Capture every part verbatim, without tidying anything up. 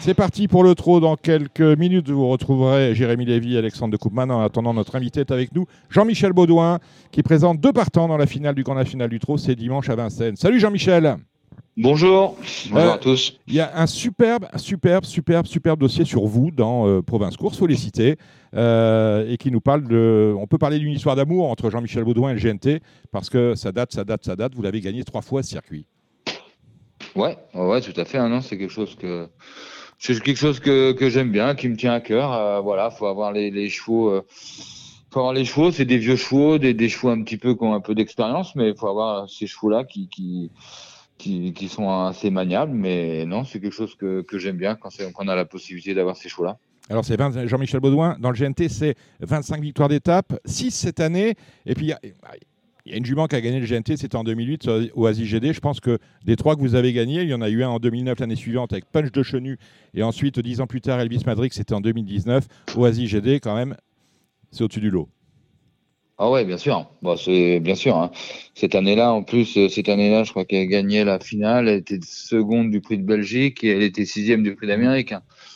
C'est parti pour le trot. Dans quelques minutes, vous retrouverez Jérémy Lévy et Alexandre de Koopman. En attendant, notre invité est avec nous, Jean-Michel Baudouin, qui présente deux partants dans la finale du Grand National du Trot. C'est dimanche à Vincennes. Salut Jean-Michel. Bonjour, bonjour euh, à tous. Il y a un superbe, superbe, superbe, superbe dossier sur vous dans euh, Province Course, faut les citer, euh, et qui nous parle de... On peut parler d'une histoire d'amour entre Jean-Michel Baudouin et le G N T, parce que ça date, ça date, ça date. Vous l'avez gagné trois fois ce circuit. Ouais, ouais, tout à fait. Hein, non, c'est quelque chose que c'est quelque chose que, que j'aime bien, qui me tient à cœur. Euh, voilà, faut avoir les, les chevaux. Euh, faut avoir les chevaux. C'est des vieux chevaux, des, des chevaux un petit peu qui ont un peu d'expérience, mais il faut avoir ces chevaux-là qui, qui qui qui sont assez maniables. Mais non, c'est quelque chose que, que j'aime bien quand, c'est, quand on a la possibilité d'avoir ces chevaux-là. Alors, c'est vingt Jean-Michel Baudouin. Dans le G N T, c'est vingt-cinq victoires d'étape, six cette année. Et puis, il y a, il y a une jument qui a gagné le G N T, c'était en deux mille huit au Asie G D. Je pense que des trois que vous avez gagnés, il y en a eu un en deux mille neuf l'année suivante avec Punch de Chenu. Et ensuite, dix ans plus tard, Elvis Madrick, c'était en deux mille dix-neuf. Au Asie G D, quand même, c'est au-dessus du lot. Ah ouais, bien sûr. Bon, c'est bien sûr. Hein. Cette année-là, en plus, cette année-là, je crois qu'elle a gagné la finale. Elle était seconde du Prix de Belgique et elle était sixième du Prix d'Amérique.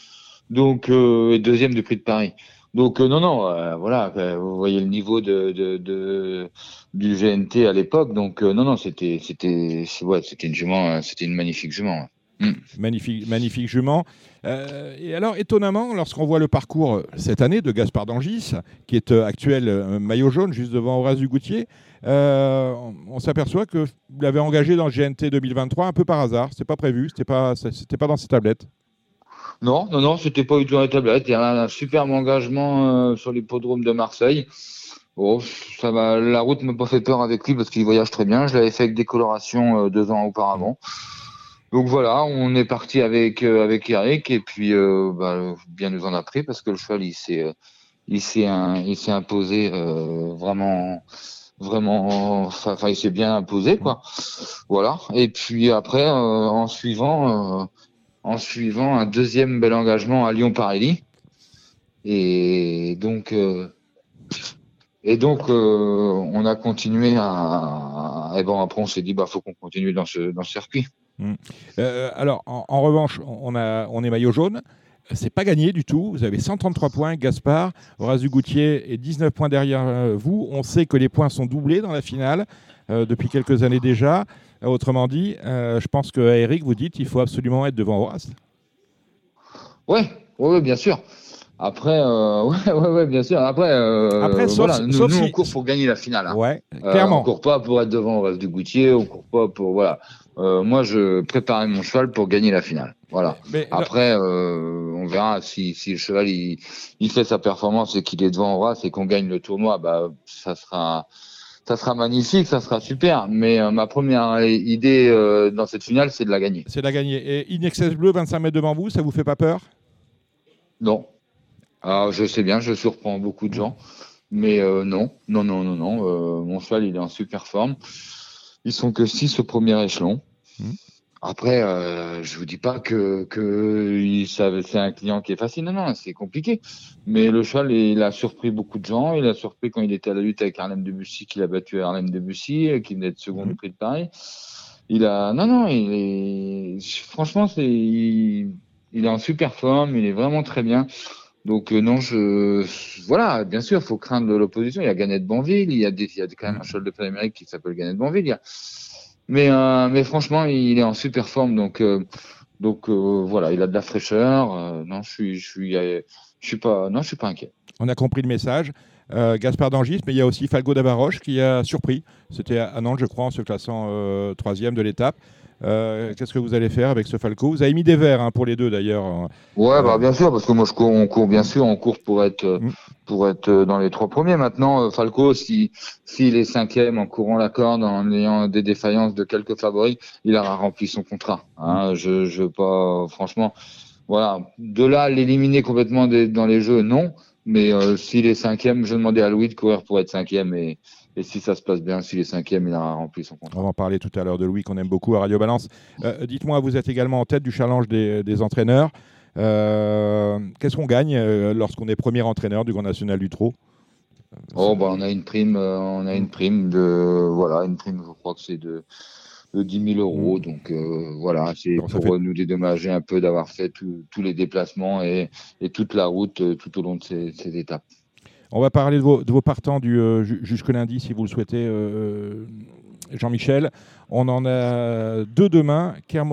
Donc, euh, et deuxième du Prix de Paris. Donc, euh, non, non, euh, voilà. Euh, vous voyez le niveau de, de, de du G N T à l'époque. Donc, euh, non, non, c'était, c'était, ouais, c'était une jument, c'était une magnifique jument. Mmh. Magnifique, magnifique jument. Euh, et alors, étonnamment, lorsqu'on voit le parcours cette année de Gaspard d'Angis, qui est euh, actuel euh, maillot jaune, juste devant Horace Dugoutier, euh, on, on s'aperçoit que vous l'avez engagé dans le G N T deux mille vingt-trois un peu par hasard. C'était pas prévu, c'était pas, c'était pas dans ses tablettes. Non, non, non, c'était pas du tout dans les tablettes. Il y a un, un superbe engagement euh, sur l'hippodrome de Marseille. Bon, ça va, la route m'a pas fait peur avec lui parce qu'il voyage très bien. Je l'avais fait avec décoloration euh, deux ans auparavant. Donc voilà, on est parti avec euh, avec Eric et puis euh, bah, bien nous en a pris parce que le cheval il s'est euh, il s'est un, il s'est imposé euh, vraiment vraiment enfin il s'est bien imposé quoi. Voilà. Et puis après euh, en suivant euh, en suivant un deuxième bel engagement à Lyon-Paris. Et donc euh, et donc euh, on a continué à et bon après on s'est dit bah faut qu'on continue dans ce dans ce circuit. Mmh. Euh, alors, en, en revanche, on, a, on est maillot jaune. C'est pas gagné du tout. Vous avez cent trente-trois points, Gaspard. Horace Dugoutier est dix-neuf points derrière euh, vous. On sait que les points sont doublés dans la finale euh, depuis quelques années déjà. Euh, autrement dit, euh, je pense qu'à Eric, vous dites qu'il faut absolument être devant Horace. Oui, ouais, bien sûr. Après, euh, ouais, ouais, ouais, bien sûr. Après, euh, Après sauf, voilà, nous, sauf nous si... on court pour gagner la finale. Hein. Ouais, euh, clairement. On court pas pour être devant Horace Dugoutier. On court pas pour voilà. Euh, moi, je préparais mon cheval pour gagner la finale. Voilà. Mais, Après, là... euh, on verra si, si le cheval il, il fait sa performance et qu'il est devant Horace et qu'on gagne le tournoi. Bah, ça sera, ça sera magnifique, ça sera super. Mais euh, ma première idée euh, dans cette finale, c'est de la gagner. C'est de la gagner. Et In Excess Bleu, vingt-cinq mètres devant vous, ça vous fait pas peur? Non. Alors, je sais bien, je surprends beaucoup de gens. Mais euh, non, non, non, non, non. Euh, mon cheval, il est en super forme. Ils sont que six au premier échelon. Mmh. Après, euh, je vous dis pas que, que il, ça, c'est un client qui est facile. Non, non, c'est compliqué. Mais le cheval, il a surpris beaucoup de gens. Il a surpris quand il était à la lutte avec Harlem Debussy, qu'il a battu Harlem Debussy, qui venait de second mmh. du Prix de Paris. Il a, non, non, il est, franchement, c'est, il, il est en super forme. Il est vraiment très bien. Donc euh, non, je voilà, bien sûr, il faut craindre l'opposition. Il y a Gannett Banville, il y a des, il y a quand même un cheval de Prix d'Amérique qui s'appelle Gannett Banville. Il y a... Mais euh, mais franchement, il est en super forme, donc euh, donc euh, voilà, il a de la fraîcheur. Euh, non, je suis je suis je suis pas non, je suis pas inquiet. On a compris le message. Euh, Gaspard d'Angis, mais il y a aussi Falco d'Avaroche qui a surpris. C'était à Nantes, je crois, en se classant euh, troisième de l'étape. Euh, qu'est-ce que vous allez faire avec ce Falco? Vous avez mis des verts hein, pour les deux d'ailleurs. Ouais, euh... bah bien sûr, parce que moi je cours, on court bien sûr, on court pour être mm. pour être dans les trois premiers. Maintenant, Falco, si s'il est cinquième en courant la corde, en ayant des défaillances de quelques favoris, il aura rempli son contrat. Hein. Mm. Je je pas franchement, voilà. De là à l'éliminer complètement des, dans les jeux, non. Mais euh, s'il est cinquième, je demandais à Louis de courir pour être cinquième et Et si ça se passe bien, s'il est cinquième, il aura rempli son contrat. On va en parler tout à l'heure de Louis, qu'on aime beaucoup à Radio Balance. Euh, dites-moi, vous êtes également en tête du challenge des, des entraîneurs. Euh, qu'est-ce qu'on gagne euh, lorsqu'on est premier entraîneur du Grand National du Trot? Oh, bah, on a une prime, euh, on a une prime de, voilà, une prime, je crois que c'est de, de dix mille euros. Mmh. Donc euh, voilà, c'est bon, pour fait... nous dédommager un peu d'avoir fait tous les déplacements et, et toute la route euh, tout au long de ces, ces étapes. On va parler de vos, de vos partants du, euh, jusque lundi, si vous le souhaitez, euh, Jean-Michel. On en a deux demain,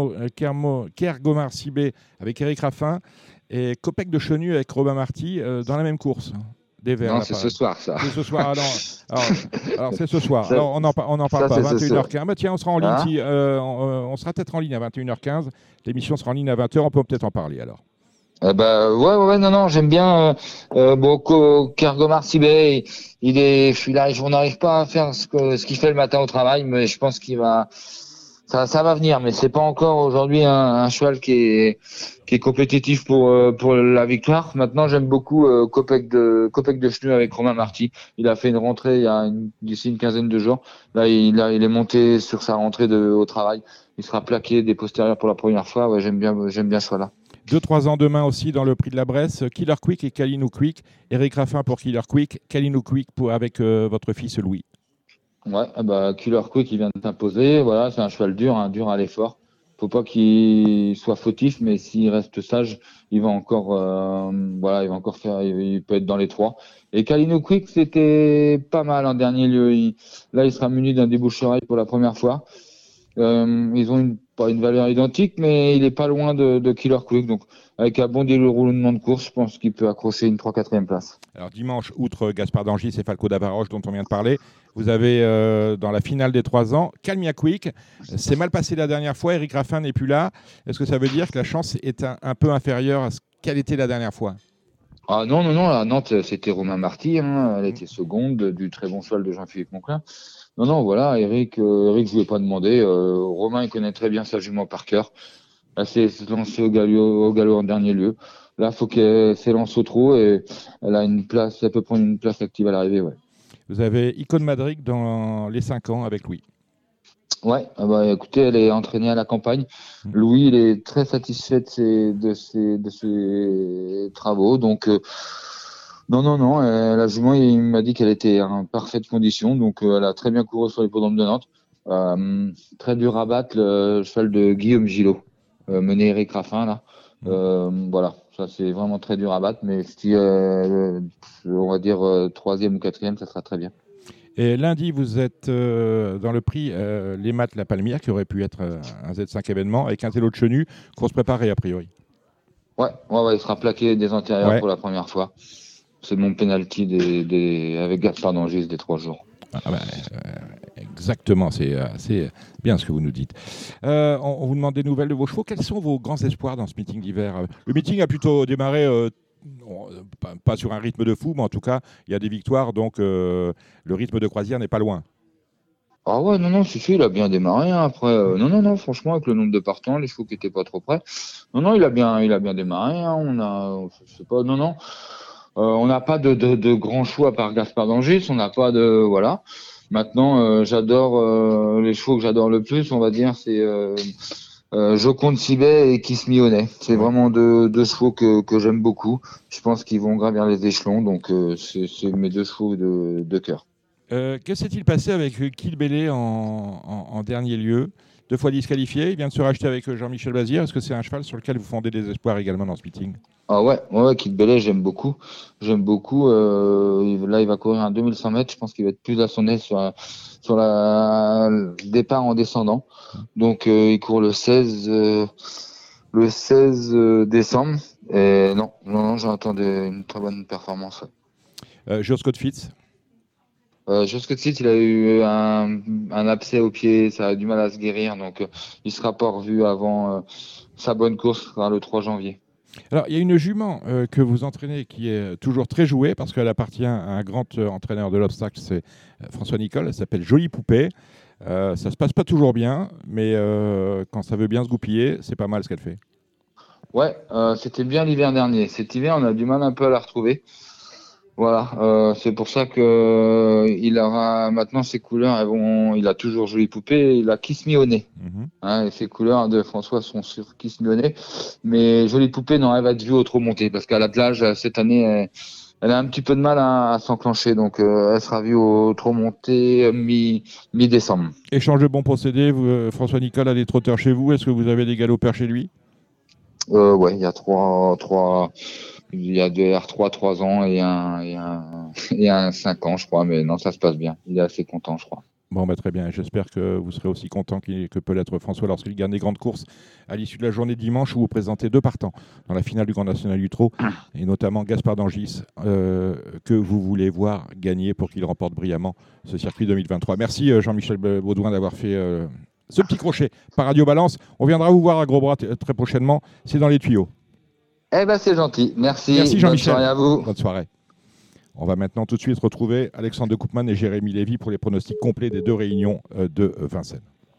Kergomar-Sibé avec Eric Raffin et Copec de Chenu avec Robin Marty euh, dans la même course. Des verts, non, c'est ce soir, ça. C'est ce soir. Alors, alors, alors c'est ce soir. Ça, alors, on n'en on en parle ça, pas. vingt et une heures quinze. Bah, tiens, on sera en ligne. Hein si, euh, on, on sera peut-être en ligne à vingt et une heures quinze. L'émission sera en ligne à vingt heures. On peut peut-être en parler alors. Euh, bah, ouais, ouais, non, non, j'aime bien. Euh, bon, Kergomar-Sibé, il est, il arrive, on n'arrive pas à faire ce que, ce qu'il fait le matin au travail, mais je pense qu'il va, ça, ça va venir. Mais c'est pas encore aujourd'hui un, un cheval qui est, qui est compétitif pour, pour la victoire. Maintenant, j'aime beaucoup euh, Copec de, Copec de Chenu avec Romain Marty. Il a fait une rentrée il y a une, d'ici une quinzaine de jours. Là, il a, il est monté sur sa rentrée de, au travail. Il sera plaqué des postérieurs pour la première fois. Ouais, j'aime bien, j'aime bien ce choix-là. deux trois ans demain aussi dans le prix de la Bresse, Killer Quick et Kalinou Quick. Eric Raffin pour Killer Quick, Kalinou Quick pour, avec euh, votre fils Louis. Ouais, bah, Killer Quick, il vient de s'imposer. Voilà, c'est un cheval dur, hein, dur à l'effort. Faut pas qu'il soit fautif, mais s'il reste sage, il va encore, euh, voilà, il va encore faire, il peut être dans les trois. Et Kalinou Quick, c'était pas mal en dernier lieu. Il, là, il sera muni d'un débouche-oreille pour la première fois. Euh, ils ont une, pas une valeur identique, mais il est pas loin de, de Killer Quick. Donc, avec un bon déroulement de course, je pense qu'il peut accrocher une trois quatrième place. Alors, dimanche, outre Gaspard d'Angis et Falco d'Avaroche, dont on vient de parler, vous avez euh, dans la finale des trois ans, Calmia Quick. C'est mal passé la dernière fois. Eric Raffin n'est plus là. Est-ce que ça veut dire que la chance est un, un peu inférieure à ce qu'elle était la dernière fois? Ah non, non, non. À Nantes, c'était Romain Marty. Hein. Elle était seconde du très bon cheval de Jean-Philippe Monclin. Non, non, voilà, Eric, euh, Eric, je ne lui ai pas demandé. Euh, Romain, il connaît très bien sa jument par cœur. Là, c'est lancé au galop, au galop en dernier lieu. Là, il faut qu'elle s'élance au trot et elle a une place, elle peut prendre une place active à l'arrivée, ouais. Vous avez Icône Madrid dans les cinq ans avec Louis. Ouais, ah bah, écoutez, elle est entraînée à la campagne. Mmh. Louis, il est très satisfait de ses, de ses, de ses travaux. Donc, euh, non, non, non. Euh, la jument, il m'a dit qu'elle était en parfaite condition. Donc, euh, elle a très bien couru sur l'hippodrome de Nantes. Euh, très dur à battre, le cheval de Guillaume Gillot, euh, mené Eric Raffin, là. Mmh. Euh, voilà, ça, c'est vraiment très dur à battre. Mais si, euh, on va dire, euh, troisième ou quatrième, ça sera très bien. Et lundi, vous êtes euh, dans le prix euh, Les Maths La Palmière, qui aurait pu être euh, un Z cinq événement, avec un zélo de Chenu, course préparée a priori. Ouais, ouais, ouais, il sera plaqué des antérieurs ouais. pour la première fois. C'est mon penalty des, des, avec Gaspard d'Angis des trois jours. Ah bah, euh, exactement, c'est assez bien ce que vous nous dites. Euh, on, on vous demande des nouvelles de vos chevaux. Quels sont vos grands espoirs dans ce meeting d'hiver? Le meeting a plutôt démarré... Euh, Non, pas, pas sur un rythme de fou, mais en tout cas, il y a des victoires, donc euh, le rythme de croisière n'est pas loin. Ah ouais, non, non, si, si, il a bien démarré. Hein. Après, euh, non, non, non, franchement, avec le nombre de partants, les chevaux qui n'étaient pas trop près. Non, non, il a bien, il a bien démarré. Hein. On a, je sais pas, non, non, euh, on n'a pas de, de, de grands choix par Gaspard d'Angis. On n'a pas de, voilà. Maintenant, euh, j'adore euh, les chevaux que j'adore le plus, on va dire, c'est euh, Euh, Joconde Sibet et Kiss Me Honey. C'est ouais. vraiment deux, deux chevaux que, que j'aime beaucoup. Je pense qu'ils vont gravir les échelons, donc euh, c'est, c'est mes deux chevaux de, de cœur. Euh, que s'est-il passé avec Kill Bélé en, en, en dernier lieu? Deux fois disqualifié, il vient de se racheter avec Jean-Michel Bazir. Est-ce que c'est un cheval sur lequel vous fondez des espoirs également dans ce meeting? Ah ouais, ouais, ouais Kill Bélé, j'aime beaucoup. J'aime beaucoup. Euh, là, il va courir un deux mille cent mètres. Je pense qu'il va être plus à son aise sur, sur la, le départ en descendant. Donc, euh, il court le seize, euh, le seize décembre. Et non, non, non, j'attends une très bonne performance. Ouais. Euh, Joe Scott Fitz. Euh, Joe Scott Fitz, il a eu un, un abcès au pied, ça a du mal à se guérir. Donc, euh, il sera pas revu avant euh, sa bonne course, sera le trois janvier. Alors, il y a une jument euh, que vous entraînez qui est toujours très jouée parce qu'elle appartient à un grand euh, entraîneur de l'obstacle, c'est euh, François Nicole. Elle s'appelle Jolie Poupée. Euh, ça se passe pas toujours bien, mais euh, quand ça veut bien se goupiller, c'est pas mal ce qu'elle fait. Ouais, euh, c'était bien l'hiver dernier. Cet hiver, on a du mal un peu à la retrouver. Voilà, euh, c'est pour ça que euh, il aura maintenant ses couleurs. Elles vont, il a toujours Jolie Poupée, il a Kiss Me Honey. Mm-hmm. Hein, et ses couleurs de François sont sur Kiss Me Honey. Mais Jolie Poupée, non, elle va être vue au trop monté parce qu'à l'attelage cette année, elle, elle a un petit peu de mal à, à s'enclencher, donc euh, elle sera vue au trop monté mi, mi-décembre. Échange de bons procédés, vous, euh, François Nicole a des trotteurs chez vous, est-ce que vous avez des galopeurs chez lui? Euh, ouais, il y a trois, trois, il y a deux R trois, trois ans et un, et un, et un cinq ans, je crois, mais non, ça se passe bien. Il est assez content, je crois. Bon, bah, très bien. J'espère que vous serez aussi content qu'il- que peut l'être François lorsqu'il gagne des grandes courses à l'issue de la journée de dimanche où vous présentez deux partants dans la finale du Grand National du Trot, et notamment Gaspard d'Angis, euh, que vous voulez voir gagner pour qu'il remporte brillamment ce circuit deux mille vingt-trois. Merci euh, Jean-Michel Baudouin d'avoir fait euh, ce petit crochet par Radio Balance. On viendra vous voir à Gros-Bras t- très prochainement. C'est dans les tuyaux. Eh ben, c'est gentil. Merci. Merci Bonne Jean-Michel. soirée à vous. Bonne soirée. On va maintenant tout de suite retrouver Alexandre de Koopman et Jérémy Lévy pour les pronostics complets des deux réunions euh, de euh, Vincennes.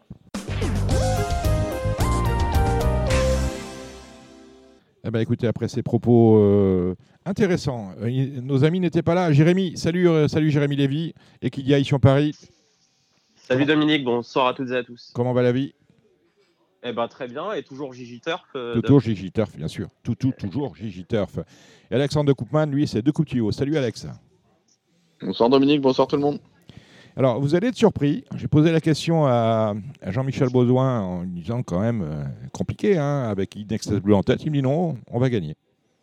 Eh ben, écoutez, après ces propos euh, intéressants, euh, y- nos amis n'étaient pas là. Jérémy, salut, euh, salut Jérémy Lévy, et qu'il y a ici en Paris. Salut Comment- Dominique, bonsoir à toutes et à tous. Comment va la vie? Eh ben très bien, et toujours Gigi Turf. euh, Toujours Gigi Turf, bien sûr. Tout, tout, toujours Gigi Turf. Et Alexandre de Koopman, lui, c'est deux coups de tuyau. Salut Alex. Bonsoir Dominique, bonsoir tout le monde. Alors, vous allez être surpris. J'ai posé la question à, à Jean-Michel Baudouin en lui disant quand même euh, compliqué, hein, avec Inexcess Bleu en tête. Il me dit non, on va gagner.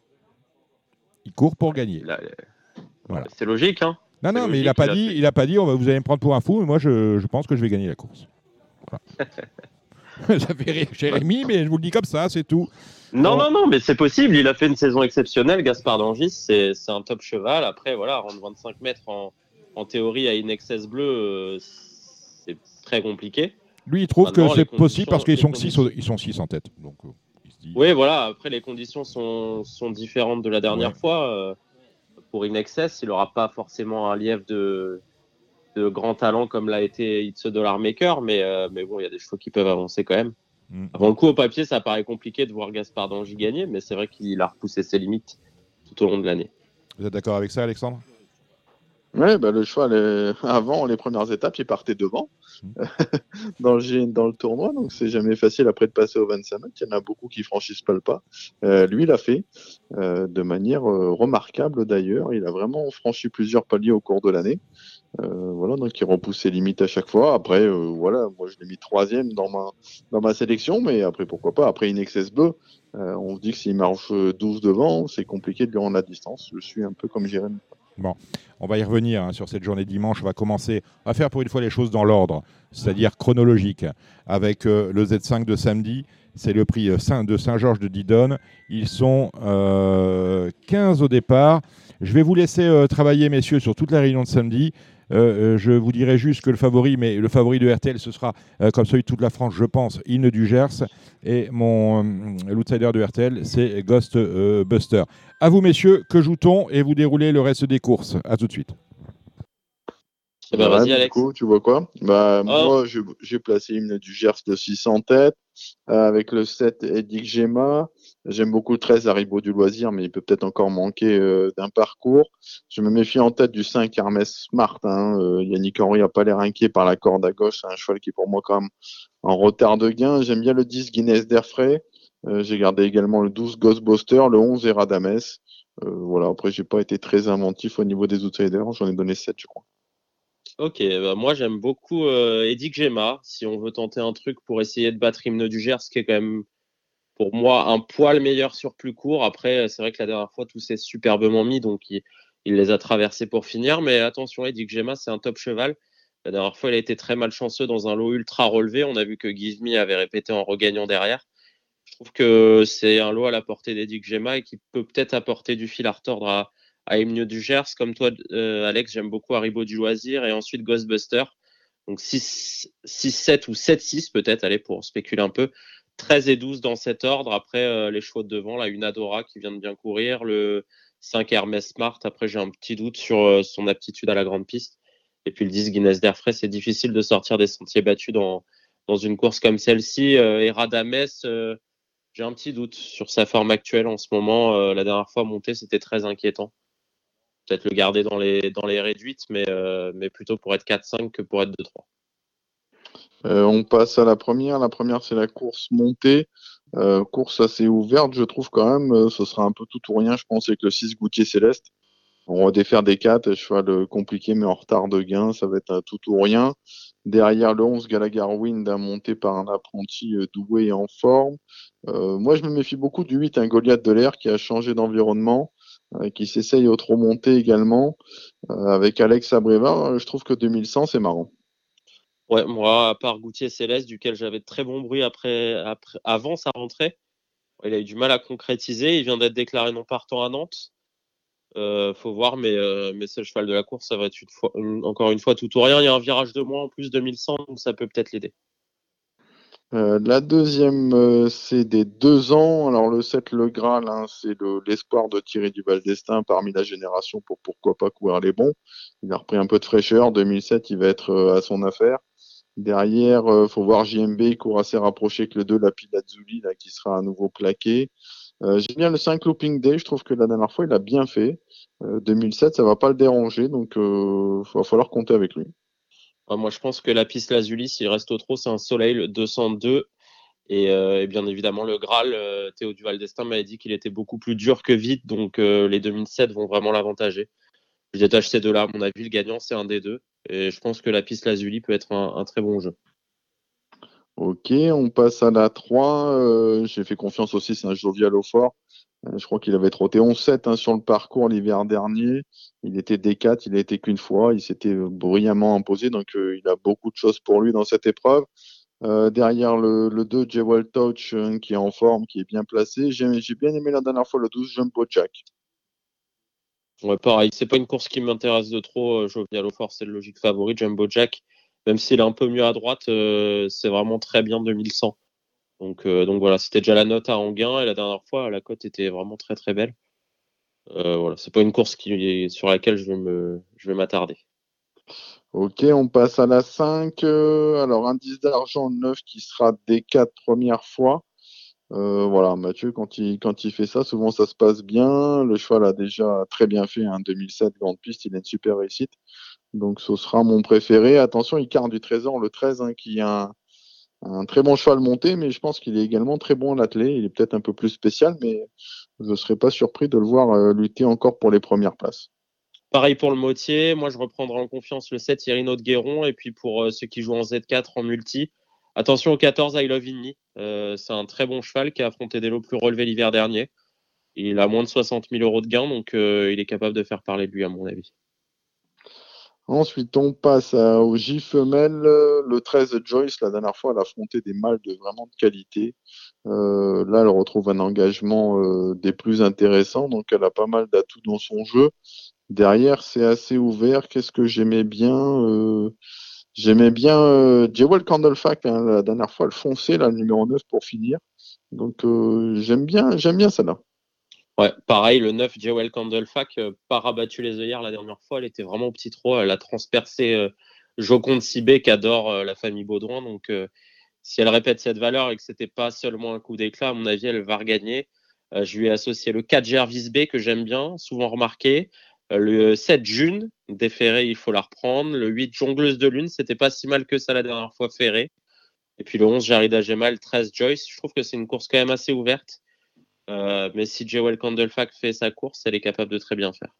Il court pour gagner. Là, euh, Voilà. C'est logique, hein. Non, C'est non, mais il logique, n'a pas il a dit, fait- il a pas dit on va, vous allez me prendre pour un fou. Mais moi, je, je pense que je vais gagner la course. Voilà. Ça fait rire Jérémy, mais je vous le dis comme ça, c'est tout. Non, Bon. non, non, mais c'est possible. Il a fait une saison exceptionnelle. Gaspard d'Angis, c'est c'est un top cheval. Après, voilà, rendre vingt-cinq mètres en, en théorie à Inexcess Bleu, euh, c'est très compliqué. Lui, il trouve Maintenant, que les c'est possible conditions- parce qu'ils les sont six, conditions- au- ils sont six en tête. Donc, euh, il se dit, Oui, voilà. Après, les conditions sont, sont différentes de la dernière Ouais. fois. Euh, pour Inexcess, il n'aura pas forcément un lièvre de, de grand talent comme l'a été It's a Dollar Maker, mais, euh, mais bon, il y a des chevaux qui peuvent avancer quand même. mm. Avant le coup, au papier, ça paraît compliqué de voir Gaspard d'Angis gagner, mais c'est vrai qu'il a repoussé ses limites tout au long de l'année. Vous êtes d'accord avec ça, Alexandre? Ouais, bah, le cheval, euh, avant les premières étapes, il partait devant dans, le, G- dans le tournoi, donc c'est jamais facile après de passer au vingt-cinq mètres. Il y en a beaucoup qui franchissent pas le pas. Euh, lui, il a fait euh, de manière euh, remarquable d'ailleurs. Il a vraiment franchi plusieurs paliers au cours de l'année. Euh, voilà, donc il repousse ses limites à chaque fois. Après, euh, voilà, moi je l'ai mis troisième dans ma, dans ma sélection, mais après pourquoi pas. Après Inexcess Bleu, euh, on se dit que s'il marche douze devant, c'est compliqué de lui rendre la distance. Je suis un peu comme Jérémy. On va y revenir hein, sur cette journée de dimanche. On va commencer, on va faire pour une fois les choses dans l'ordre, c'est-à-dire chronologique, avec euh, le Z cinq de samedi. C'est le prix euh, Saint- de Saint-Georges de Didonne. Ils sont euh, quinze au départ. Je vais vous laisser euh, travailler, messieurs, sur toute la réunion de samedi. Euh, euh, je vous dirai juste que le favori, mais le favori de R T L, ce sera, euh, comme celui de toute la France, je pense, Hymne du Gers. Et mon euh, l'outsider de R T L, c'est Ghost euh, Buster. À vous, messieurs, que joue-t-on? Et vous déroulez le reste des courses. À tout de suite. Eh ben, Ouais, vas-y, du Alex. coup, tu vois quoi? Bah, Oh. moi, j'ai j'ai placé Hymne du Gers de six en tête, euh, avec le sept Edic Gemma. J'aime beaucoup le treize Haribo du Loisir, mais il peut peut-être encore manquer euh, d'un parcours. Je me méfie en tête du cinq Hermès Smart. Hein. Euh, Yannick Henry n'a pas l'air inquiet par la corde à gauche. C'est un cheval qui est pour moi quand même en retard de gain. J'aime bien le dix Guinness d'Airfray. Euh, j'ai gardé également le douze Ghostbuster, le onze Eradames. Euh, voilà, après, j'ai pas été très inventif au niveau des outsiders. J'en ai donné sept, je crois. Ok, bah, moi j'aime beaucoup euh, Edic Gemma. Si on veut tenter un truc pour essayer de battre Hymne du Gers, qui est quand même pour moi un poil meilleur sur plus court. Après, c'est vrai que la dernière fois, tout s'est superbement mis, donc il, il les a traversés pour finir. Mais attention, Edic Gemma, c'est un top cheval. La dernière fois, il a été très malchanceux dans un lot ultra relevé. On a vu que Give Me avait répété en regagnant derrière. Je trouve que c'est un lot à la portée d'Edic Gemma et qui peut peut-être apporter du fil à retordre à, à Hymne du Gers. Comme toi, euh, Alex, j'aime beaucoup Haribo du Loisir et ensuite Ghostbuster. Donc six, sept ou sept six peut-être, allez, pour spéculer un peu. treize et douze dans cet ordre. Après, euh, les chevaux de devant, là, une Adora qui vient de bien courir, le cinq Hermès Smart. Après, j'ai un petit doute sur euh, son aptitude à la grande piste. Et puis le dix Guinness d'Airfray, c'est difficile de sortir des sentiers battus dans, dans une course comme celle-ci. Euh, et Radames, euh, j'ai un petit doute sur sa forme actuelle en ce moment. Euh, la dernière fois montée, c'était très inquiétant. Peut-être le garder dans les, dans les réduites, mais, euh, mais plutôt pour être quatre cinq que pour être deux trois. Euh, on passe à la première. La première, c'est la course montée. Euh, course assez ouverte, je trouve quand même. Euh, ce sera un peu tout ou rien, je pense, avec le six Goutier Céleste. On va défaire des quatre, cheval compliqué mais en retard de gain, ça va être un tout ou rien. Derrière le onze, Gallagher Wind, monté par un apprenti doué et en forme. Euh, moi, je me méfie beaucoup du huit, un Goliath de l'air qui a changé d'environnement, euh, qui s'essaye au trop monté également. Euh, avec Alex Abreva, je trouve que deux mille cent, c'est marrant. Ouais, moi, à part Goutier Céleste, duquel j'avais de très bon bruit après, après, avant sa rentrée, il a eu du mal à concrétiser. Il vient d'être déclaré non partant à Nantes. Euh, faut voir, mais, euh, mais c'est le cheval de la course. Ça va être une fois, une, encore une fois tout ou rien. Il y a un virage de moins en plus deux mille cent, donc ça peut peut-être l'aider. Euh, la deuxième, euh, c'est des deux ans. Alors le sept, le Graal, hein, c'est le, l'espoir de Thierry Duval d'Estaing parmi la génération pour pourquoi pas courir les bons. Il a repris un peu de fraîcheur. deux mille sept, il va être euh, à son affaire. Derrière, euh, faut voir J M B, il court assez rapproché avec le deux, la Pilazzuli, là, qui sera à nouveau plaqué. Euh, j'aime bien le cinq Looping Day, je trouve que la dernière fois, il a bien fait. Euh, deux mille sept, ça va pas le déranger, donc euh, il va falloir compter avec lui. Ouais, moi, je pense que la piste Lazuli, s'il reste au trot, c'est un Soleil le deux cent deux. Et, euh, et bien évidemment, le Graal, euh, Théo Duval d'Estaing m'avait dit qu'il était beaucoup plus dur que vite, donc euh, les deux mille sept vont vraiment l'avantager. Je détache ces deux-là. À mon avis, le gagnant, c'est un des deux. Et je pense que la piste Lazuli peut être un, un très bon jeu. Ok, on passe à la trois. Euh, j'ai fait confiance aussi, c'est un jovial au fort. Euh, je crois qu'il avait trotté onze sept hein, sur le parcours l'hiver dernier. Il était D quatre, il a été qu'une fois. Il s'était brillamment imposé, donc euh, il a beaucoup de choses pour lui dans cette épreuve. Euh, derrière le, le deux, Jewel Touch, euh, qui est en forme, qui est bien placé. J'ai, j'ai bien aimé la dernière fois le douze, Jumbo Jack. Ouais, pareil, c'est pas une course qui m'intéresse de trop. Euh, Jovial au fort, c'est le logique favori. Jumbo Jack, même s'il est un peu mieux à droite, euh, c'est vraiment très bien deux mille cent. Donc, euh, donc voilà, c'était déjà la note à Anguin. Et la dernière fois, la cote était vraiment très très belle. Euh, voilà, c'est pas une course qui, sur laquelle je vais me, je vais m'attarder. Ok, on passe à la cinq. Euh, alors, indice d'argent neuf qui sera D quatre première fois. Euh, voilà, Mathieu, quand il, quand il fait ça, souvent ça se passe bien. Le cheval a déjà très bien fait un deux mille sept grande piste, il a une super réussite. Donc ce sera mon préféré. Attention, Icare du Trésor, le treize, hein, qui a un, un très bon cheval monté, mais je pense qu'il est également très bon en attelé. Il est peut-être un peu plus spécial, mais je ne serais pas surpris de le voir euh, lutter encore pour les premières places. Pareil pour le Motier. Moi, je reprendrai en confiance le sept Irino de Guéron. Et puis pour euh, ceux qui jouent en Z quatre en multi, attention au quatorze I Love Inni. Euh, c'est un très bon cheval qui a affronté des lots plus relevés l'hiver dernier. Il a moins de soixante mille euros de gain, donc euh, il est capable de faire parler de lui, à mon avis. Ensuite, on passe à, au J femelle. Le treize Joyce, la dernière fois, elle a affronté des mâles de vraiment de qualité. Euh, là, elle retrouve un engagement euh, des plus intéressants, donc elle a pas mal d'atouts dans son jeu. Derrière, c'est assez ouvert. Qu'est-ce que j'aimais bien euh, J'aimais bien euh, Jewel Candlefack, hein, la dernière fois, elle fonçait, là, le numéro neuf pour finir. Donc, euh, j'aime bien, j'aime bien celle-là. Ouais, pareil, le neuf Jewel Candlefack, euh, pas rabattu les œillères la dernière fois, elle était vraiment au petit trot. Elle a transpercé euh, Joconde Sibé, qui adore euh, la famille Baudouin. Donc, euh, si elle répète cette valeur et que c'était pas seulement un coup d'éclat, à mon avis, elle va regagner. Euh, je lui ai associé le quatre Gervis B, que j'aime bien, souvent remarqué. Euh, le sept June, déféré, il faut la reprendre. Le huit Jongleuse de Lune, c'était pas si mal que ça la dernière fois, ferré. Et puis le onze Jarida Gemal, treize Joyce. Je trouve que c'est une course quand même assez ouverte. Euh, mais si Jewel Candlefack fait sa course, elle est capable de très bien faire.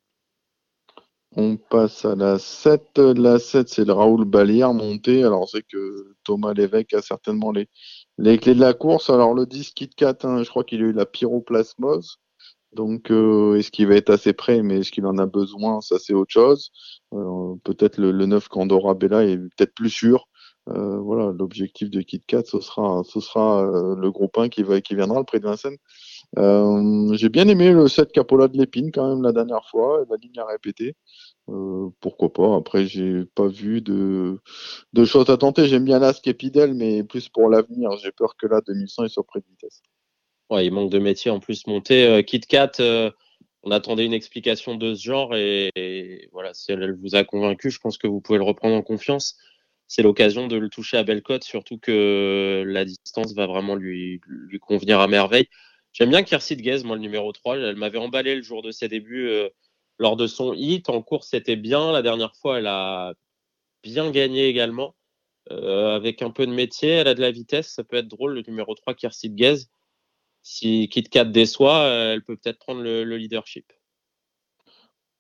On passe à la sept. La sept, c'est le Raoul Balière monté. Alors, c'est que Thomas Lévesque a certainement les, les clés de la course. Alors, le dix Kit Kat, hein, je crois qu'il a eu la pyroplasmose. Donc, euh, est-ce qu'il va être assez prêt, mais est-ce qu'il en a besoin? Ça, c'est autre chose. Euh, peut-être le, le neuf Candora Bella est peut-être plus sûr. Euh, voilà, l'objectif de Kit Kat, ce sera, ce sera euh, le groupe un qui, va, qui viendra, le prix de Vincennes. Euh, j'ai bien aimé le sept Capola de l'Épine quand même la dernière fois. La ligne a répété. Euh, pourquoi pas? Après, j'ai pas vu de, de choses à tenter. J'aime bien l'As Epidel, mais plus pour l'avenir. J'ai peur que là, deux mille cent, il soit près de vitesse. Ouais, il manque de métier en plus monté. Euh, Kit Kat, euh, on attendait une explication de ce genre et, et voilà, si elle, elle vous a convaincu, je pense que vous pouvez le reprendre en confiance. C'est l'occasion de le toucher à belle cote, surtout que la distance va vraiment lui, lui convenir à merveille. J'aime bien Kirsi de Guez, moi, le numéro trois. Elle m'avait emballé le jour de ses débuts euh, lors de son hit. En course, c'était bien. La dernière fois, elle a bien gagné également. Euh, avec un peu de métier, elle a de la vitesse. Ça peut être drôle, le numéro trois, Kirsi de Guez. Si Kit Kat déçoit, euh, elle peut peut-être prendre le, le leadership.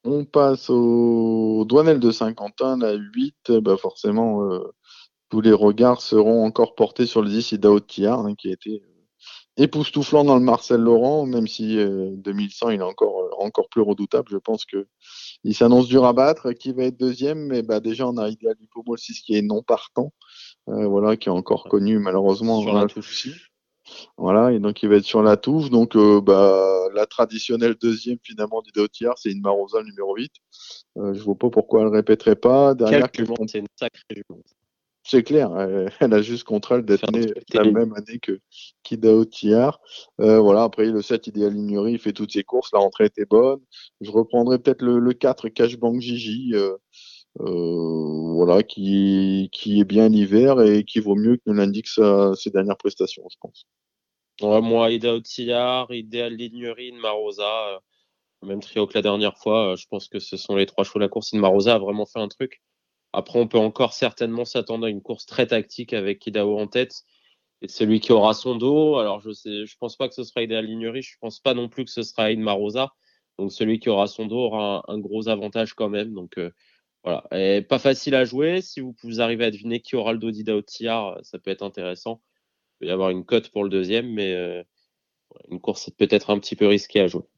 On passe au Douanel de Saint-Quentin, la huit. Bah forcément, euh, tous les regards seront encore portés sur le dix Idaho Tillard, hein, qui a été époustouflant dans le Marcel Laurent, même si euh, deux mille cent il est encore, euh, encore plus redoutable. Je pense que il s'annonce dur à battre. Qui va être deuxième? Mais bah, déjà, on a Ideal Hippomol six qui est non partant, euh, voilà, qui a encore connu malheureusement Sur la un touche. souci. Voilà, et donc il va être sur la touche. Donc euh, bah, la traditionnelle deuxième finalement d'Idaho Tillard, c'est une Marosa le numéro huit. Euh, je vois pas pourquoi elle ne répéterait pas. Derrière, Quelle jument, c'est une sacrée jument. c'est clair, elle, elle a juste contre elle d'être Faire un née truc la terrible. même année que qu'Idaho Tillard. Euh, voilà, après le sept Idéal Lignerie, il fait toutes ses courses, la rentrée était bonne. Je reprendrai peut-être le, le quatre Cashbank Gigi, euh, euh, voilà, qui, qui est bien l'hiver et qui vaut mieux que ne l'indique sa- ses dernières prestations, je pense. Ouais, moi, Idaho Tillard, Idéal Lignerie, Marosa, euh, même trio que la dernière fois, euh, je pense que ce sont les trois chevaux de la course. Marosa a vraiment fait un truc. Après, on peut encore certainement s'attendre à une course très tactique avec Idaho en tête. Et celui qui aura son dos, alors je sais, je pense pas que ce sera Idéal Lignerie, je pense pas non plus que ce sera Marosa. Donc celui qui aura son dos aura un, un gros avantage quand même. Donc euh, voilà, et pas facile à jouer. Si vous, vous arrivez à deviner qui aura le dos d'Idaho Tillard, ça peut être intéressant. Il peut y avoir une cote pour le deuxième, mais euh, une course peut-être un petit peu risquée à jouer.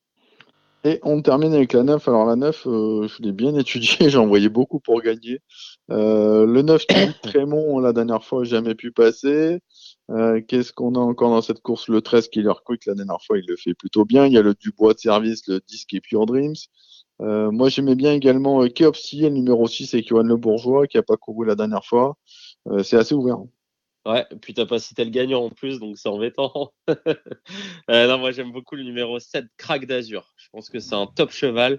Et on termine avec la neuf. Alors la neuf, euh, je l'ai bien étudiée, j'en voyais beaucoup pour gagner. Euh, le neuf Tulip Trémont, la dernière fois, jamais pu passer. Euh, qu'est-ce qu'on a encore dans cette course? Le treize Killer Quick, la dernière fois, il le fait plutôt bien. Il y a le Dubois de service, le dix qui est Pure Dreams. Euh, moi, j'aimais bien également euh, Keopsi, le numéro six, avec Johan Le Bourgeois, qui n'a pas couru la dernière fois. Euh, c'est assez ouvert. Ouais, puis t'as pas cité le gagnant en plus, donc c'est embêtant. euh, non, moi j'aime beaucoup le numéro sept, Crack d'Azur. Je pense que c'est un top cheval.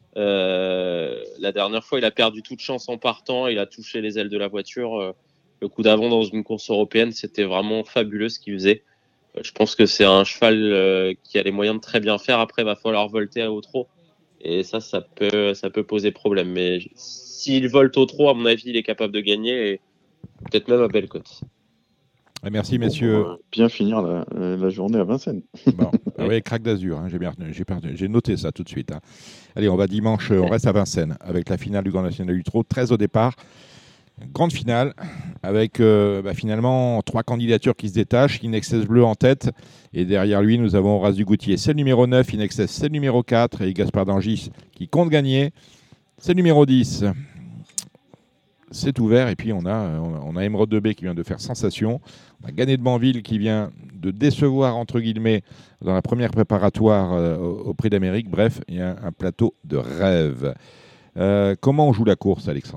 Euh, la dernière fois, il a perdu toute chance en partant. Il a touché les ailes de la voiture. Euh, le coup d'avant dans une course européenne, c'était vraiment fabuleux ce qu'il faisait. Euh, je pense que c'est un cheval euh, qui a les moyens de très bien faire. Après, il va falloir volter au trot. Et ça, ça peut, ça peut poser problème. Mais s'il volte au trot, à mon avis, il est capable de gagner et peut-être même à belle cote. Merci, Bon, messieurs. on va bien finir la, la journée à Vincennes. Bon, ah ouais, Crack d'Azur, hein, j'ai, bien, j'ai, j'ai noté ça tout de suite. Hein. Allez, on va dimanche, on reste à Vincennes avec la finale du Grand National du Trot, treize au départ. Grande finale avec euh, bah, finalement trois candidatures qui se détachent. Inexcess Bleu en tête et derrière lui nous avons Horace Dugoutier. C'est le numéro neuf, Inexcess c'est le numéro quatre et Gaspard d'Angis qui compte gagner. C'est le numéro dix. C'est ouvert et puis on a, on a Emeraude de B qui vient de faire sensation. On a Gagné de Banville qui vient de décevoir entre guillemets dans la première préparatoire euh, au, au Prix d'Amérique. Bref, il y a un plateau de rêve. Euh, comment on joue la course, Alexandre ?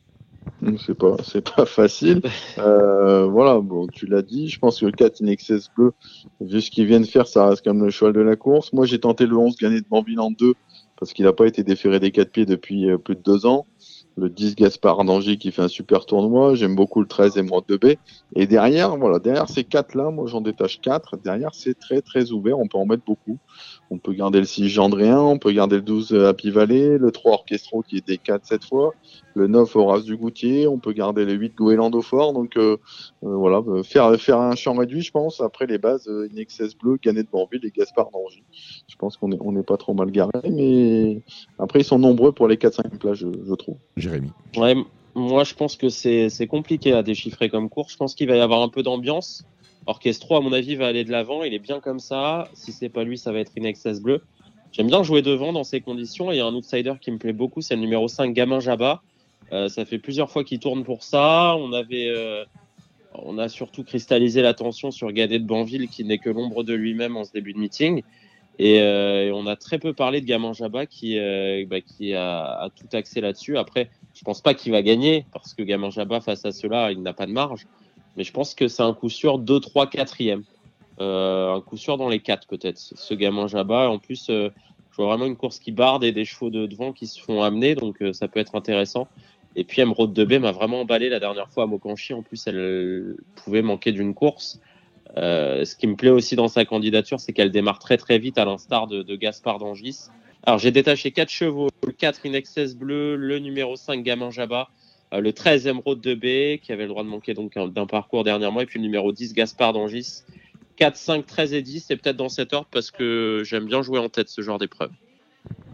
C'est pas, c'est pas facile. Euh, voilà, bon, tu l'as dit. Je pense que le quatre Inexcess Bleu, vu ce qu'il vient de faire, ça reste quand même le cheval de la course. Moi, j'ai tenté le onze Gagné de Banville en deux parce qu'il n'a pas été déféré des quatre pieds depuis euh, plus de deux ans. Le dix Gaspard d'Angers qui fait un super tournoi. J'aime beaucoup le treize Emeraude de B. Et derrière, voilà, derrière ces quatre-là, moi j'en détache quatre. Derrière, c'est très très ouvert. On peut en mettre beaucoup. On peut garder le six Gendréen, on peut garder le douze Happy Valley, le trois Orchestro qui était quatre cette fois, le neuf Horace Dugoutier, on peut garder le huit Goéland au fort. Donc euh, euh, voilà, faire, faire un champ réduit, je pense. Après les bases, euh, Inexcess Bleu, Gagné de Banville et Gaspard d'Angers. Je pense qu'on n'est on est pas trop mal garé, mais après ils sont nombreux pour les quatre cinq places, je, je trouve. Jérémy. Ouais, moi je pense que c'est, c'est compliqué à déchiffrer comme course. Je pense qu'il va y avoir un peu d'ambiance. Orchestro, à mon avis, va aller de l'avant. Il est bien comme ça. Si c'est pas lui, ça va être Inexcess Bleu. J'aime bien jouer devant dans ces conditions. Et il y a un outsider qui me plaît beaucoup, c'est le numéro cinq, Gamin Jabba. Euh, ça fait plusieurs fois qu'il tourne pour ça. On avait, euh, on a surtout cristallisé l'attention sur Gagné de Banville, qui n'est que l'ombre de lui-même en ce début de meeting. Et, euh, et on a très peu parlé de Gamin Jabba qui, euh, bah, qui a, a tout axé là-dessus. Après, je pense pas qu'il va gagner parce que Gamin Jabba, face à cela, il n'a pas de marge. Mais je pense que c'est un coup sûr deux, trois, quatrième. Euh, un coup sûr dans les quatre peut-être, ce Gamin Jabba. En plus, euh, je vois vraiment une course qui barde et des chevaux de devant qui se font amener, donc euh, ça peut être intéressant. Et puis Emeraude de B m'a vraiment emballé la dernière fois à Mokanchi. En plus, elle pouvait manquer d'une course. Euh, ce qui me plaît aussi dans sa candidature, c'est qu'elle démarre très très vite à l'instar de, de Gaspard d'Angis. Alors j'ai détaché quatre chevaux, le quatre Inexcess Bleu, le numéro cinq Gamin Jabba, euh, le treize Emeraude de B qui avait le droit de manquer donc d'un parcours dernièrement, et puis le numéro dix Gaspard d'Angis. quatre, cinq, treize et dix, c'est peut-être dans cet ordre parce que j'aime bien jouer en tête ce genre d'épreuve.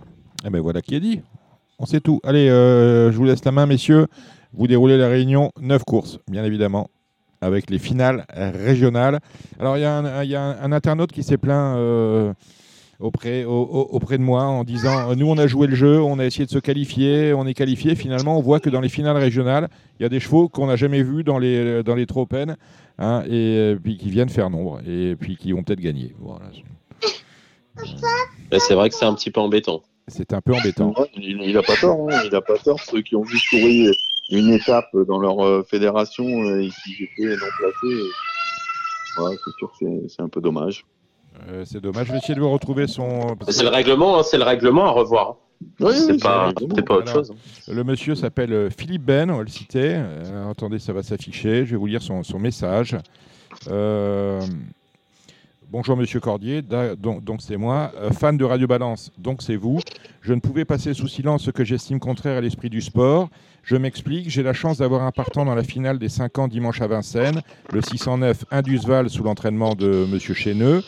Eh ben voilà qui est dit. On sait tout. Allez, euh, je vous laisse la main, messieurs. Vous déroulez la réunion. Neuf courses, bien évidemment, avec les finales régionales. Alors, il y a un, il y a un, un internaute qui s'est plaint euh, auprès, au, au, auprès de moi en disant « Nous, on a joué le jeu, on a essayé de se qualifier, on est qualifié. Finalement, on voit que dans les finales régionales, il y a des chevaux qu'on n'a jamais vus dans les, dans les Tropen, hein, et puis qui viennent faire nombre, et puis qui vont peut-être gagner. » Voilà. Mais c'est vrai que c'est un petit peu embêtant. C'est un peu embêtant. Ouais, il n'a pas tort, hein, il n'a pas tort. Ceux qui ont vu courir une étape dans leur euh, fédération euh, et qui étaient non placés, euh, ouais, c'est sûr que c'est, c'est un peu dommage. Euh, c'est dommage. Je vais essayer de retrouver son. C'est le règlement, hein, c'est le règlement à revoir. Oui, c'est, oui, pas, c'est, c'est pas autre Alors, chose. Le monsieur s'appelle Philippe Ben, on va le citer. Euh, attendez, ça va s'afficher. Je vais vous lire son, son message. Euh, Bonjour Monsieur Cordier, da, donc, donc c'est moi, euh, fan de Radio Balance, donc c'est vous. Je ne pouvais passer sous silence ce que j'estime contraire à l'esprit du sport. Je m'explique, j'ai la chance d'avoir un partant dans la finale des cinq ans dimanche à Vincennes, le six cent neuf Indusval sous l'entraînement de Monsieur Chéneux.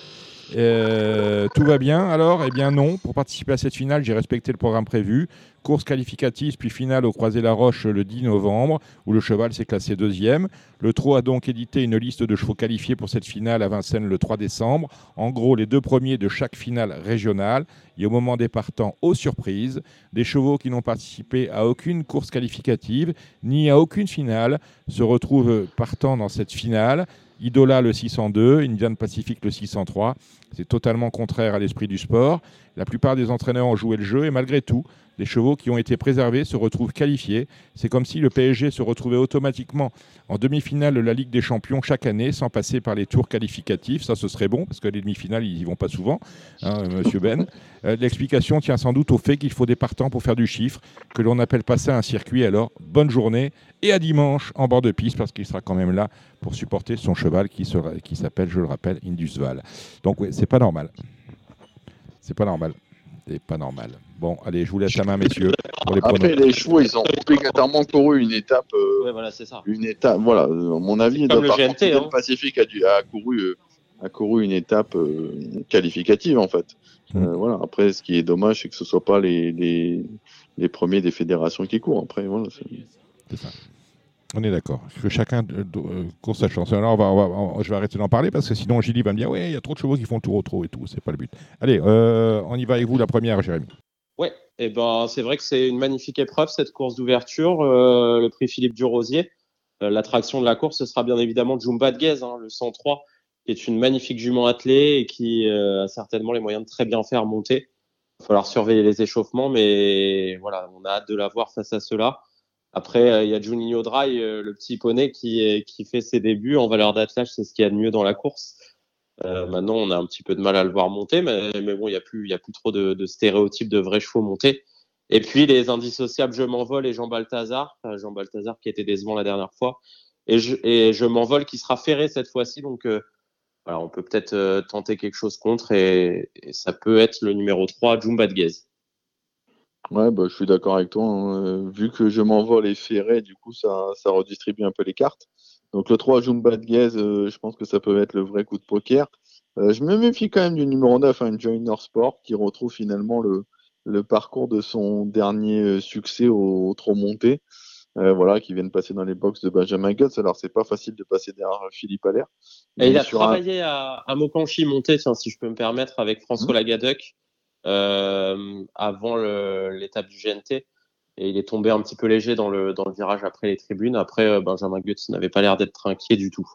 Euh, tout va bien alors? Eh bien non, pour participer à cette finale, j'ai respecté le programme prévu. Course qualificative puis finale au Croisé-la-Roche le dix novembre, où le cheval s'est classé deuxième. Le Trot a donc édité une liste de chevaux qualifiés pour cette finale à Vincennes le trois décembre. En gros, les deux premiers de chaque finale régionale. Et au moment des partants, aux surprises, des chevaux qui n'ont participé à aucune course qualificative, ni à aucune finale, se retrouvent partants dans cette finale. Idola le six cent deux, Indian Pacific le six cent trois. C'est totalement contraire à l'esprit du sport. La plupart des entraîneurs ont joué le jeu et malgré tout, les chevaux qui ont été préservés se retrouvent qualifiés. C'est comme si le P S G se retrouvait automatiquement en demi-finale de la Ligue des Champions chaque année sans passer par les tours qualificatifs. Ça, ce serait bon parce que les demi-finales, ils n'y vont pas souvent, hein, Monsieur Ben. Euh, l'explication tient sans doute au fait qu'il faut des partants pour faire du chiffre, que l'on appelle pas ça un circuit. Alors, bonne journée et à dimanche en bord de piste parce qu'il sera quand même là pour supporter son cheval qui, sera, qui s'appelle, je le rappelle, Indusval. Donc, oui, c'est pas normal. C'est pas normal. C'est pas normal. Bon, allez, je vous laisse la main, messieurs. Pour les Après, les chevaux, ils ont obligatoirement couru une étape. Euh, Ouais, voilà, c'est ça. Une étape, voilà. À mon avis, Comme le par G N T, contre, hein. le Pacifique a, dû, a couru, euh, a couru une étape euh, qualificative en fait. Mmh. Euh, voilà. Après, ce qui est dommage, c'est que ce soit pas les, les, les premiers des fédérations qui courent. Après, voilà. C'est, c'est ça. On est d'accord. Que chacun euh, euh, court sa chance. Alors, on va, on va, on, je vais arrêter d'en parler parce que sinon, Gilly va me dire ouais, il y a trop de chevaux qui font le tour au trot et tout. C'est pas le but. Allez, euh, on y va avec vous la première, Jérémy. Ouais, et ben c'est vrai que c'est une magnifique épreuve cette course d'ouverture, euh, le prix Philippe Durosier. Euh, l'attraction de la course, ce sera bien évidemment Jumba de Guez, hein, le cent trois, qui est une magnifique jument attelée et qui euh, a certainement les moyens de très bien faire monter. Il va falloir surveiller les échauffements, mais voilà, on a hâte de la voir face à cela. Après, il euh, y a Juninho Dry, euh, le petit poney qui, est, qui fait ses débuts en valeur d'attelage, c'est ce qu'il y a de mieux dans la course. Euh, maintenant, on a un petit peu de mal à le voir monter, mais, mais bon, il n'y a plus, il y a plus trop de, de stéréotypes de vrais chevaux montés. Et puis, les indissociables Je m'envole et Jean Balthazar, enfin, Jean Balthazar qui était décevant la dernière fois, et Je, et je m'envole qui sera ferré cette fois-ci. Donc, euh, voilà, on peut peut-être euh, tenter quelque chose contre, et, et ça peut être le numéro trois, Jumba de Guez. ouais, bah, je suis d'accord avec toi. Hein. Euh, vu que je m'envole et ferré, du coup, ça, ça redistribue un peu les cartes. Donc, le trois, Jumba de Guez, euh, je pense que ça peut être le vrai coup de poker. Euh, je me méfie quand même du numéro neuf, hein, Joiner Sport, qui retrouve finalement le, le parcours de son dernier succès au, au trot monté. Euh, voilà, qui vient de passer dans les box de Benjamin Guts. Alors, c'est pas facile de passer derrière Philippe Allaire. Et il a travaillé un... à, à Mokanchi monté, tiens, si je peux me permettre, avec François mmh. Lagaduc, euh, avant le, l'étape du G N T. Et il est tombé un petit peu léger dans le, dans le virage après les tribunes. Après, euh, Benjamin Guts n'avait pas l'air d'être inquiet du tout.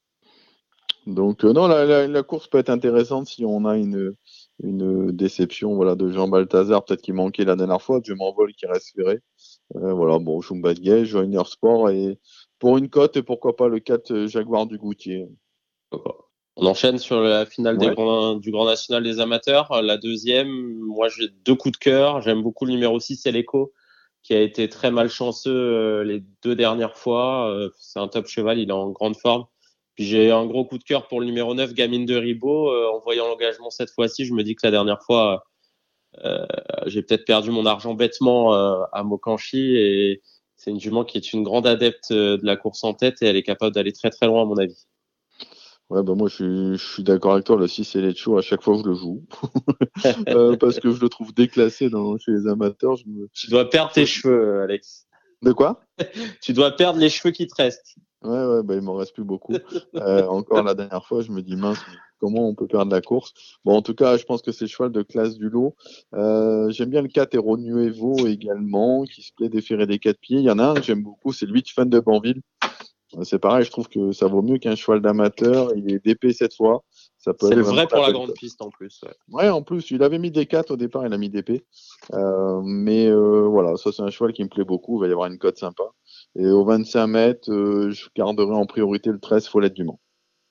Donc, euh, non, la, la, la course peut être intéressante si on a une, une déception voilà, de Jean Balthazar, peut-être qu'il manquait la dernière fois. Je m'envole qui reste ferré. Euh, voilà, bon, Jumba de Guez, Joiner Sport, et pour une cote, et pourquoi pas le quatre Jaguar du Goutier. On enchaîne sur la finale ouais. des grands, du Grand National des Amateurs. La deuxième, moi j'ai deux coups de cœur. J'aime beaucoup le numéro six, Eleco, qui a été très malchanceux euh, les deux dernières fois. Euh, c'est un top cheval, il est en grande forme. Puis j'ai un gros coup de cœur pour le numéro neuf, Gamine de Ribot. Euh, en voyant l'engagement cette fois-ci, je me dis que la dernière fois, euh, j'ai peut-être perdu mon argent bêtement euh, à Mokanchi. Et c'est une jument qui est une grande adepte de la course en tête et elle est capable d'aller très très loin à mon avis. Ouais, bah moi je suis, je suis d'accord avec toi, le six et les chevaux, à chaque fois je le joue. Euh, parce que je le trouve déclassé dans, chez les amateurs. Je me... Tu dois perdre tes Parfois, je- cheveux, Alex. De quoi? Tu dois perdre les cheveux qui te restent. Ouais, ouais, bah, il m'en reste plus beaucoup. Euh, encore la dernière fois, je me dis mince, mais comment on peut perdre la course? Bon, en tout cas, je pense que c'est le cheval de classe du lot. Euh, j'aime bien le quatre Hero Nuevo également, qui se plaît déférer des quatre pieds. Il y en a un que j'aime beaucoup, c'est le huit Fan de Banville. Euh, C'est pareil, je trouve que ça vaut mieux qu'un cheval d'amateur. Il est D P cette fois. Ça peut C'est être le vraiment vrai la pour la belle grande cote. piste en plus. Ouais. Ouais, en plus, il avait mis des quatre au départ, il a mis des P. Euh, mais euh, voilà, ça c'est un cheval qui me plaît beaucoup. Il va y avoir une cote sympa. Et au vingt-cinq mètres, euh, je garderai en priorité le treize Follette du Mans.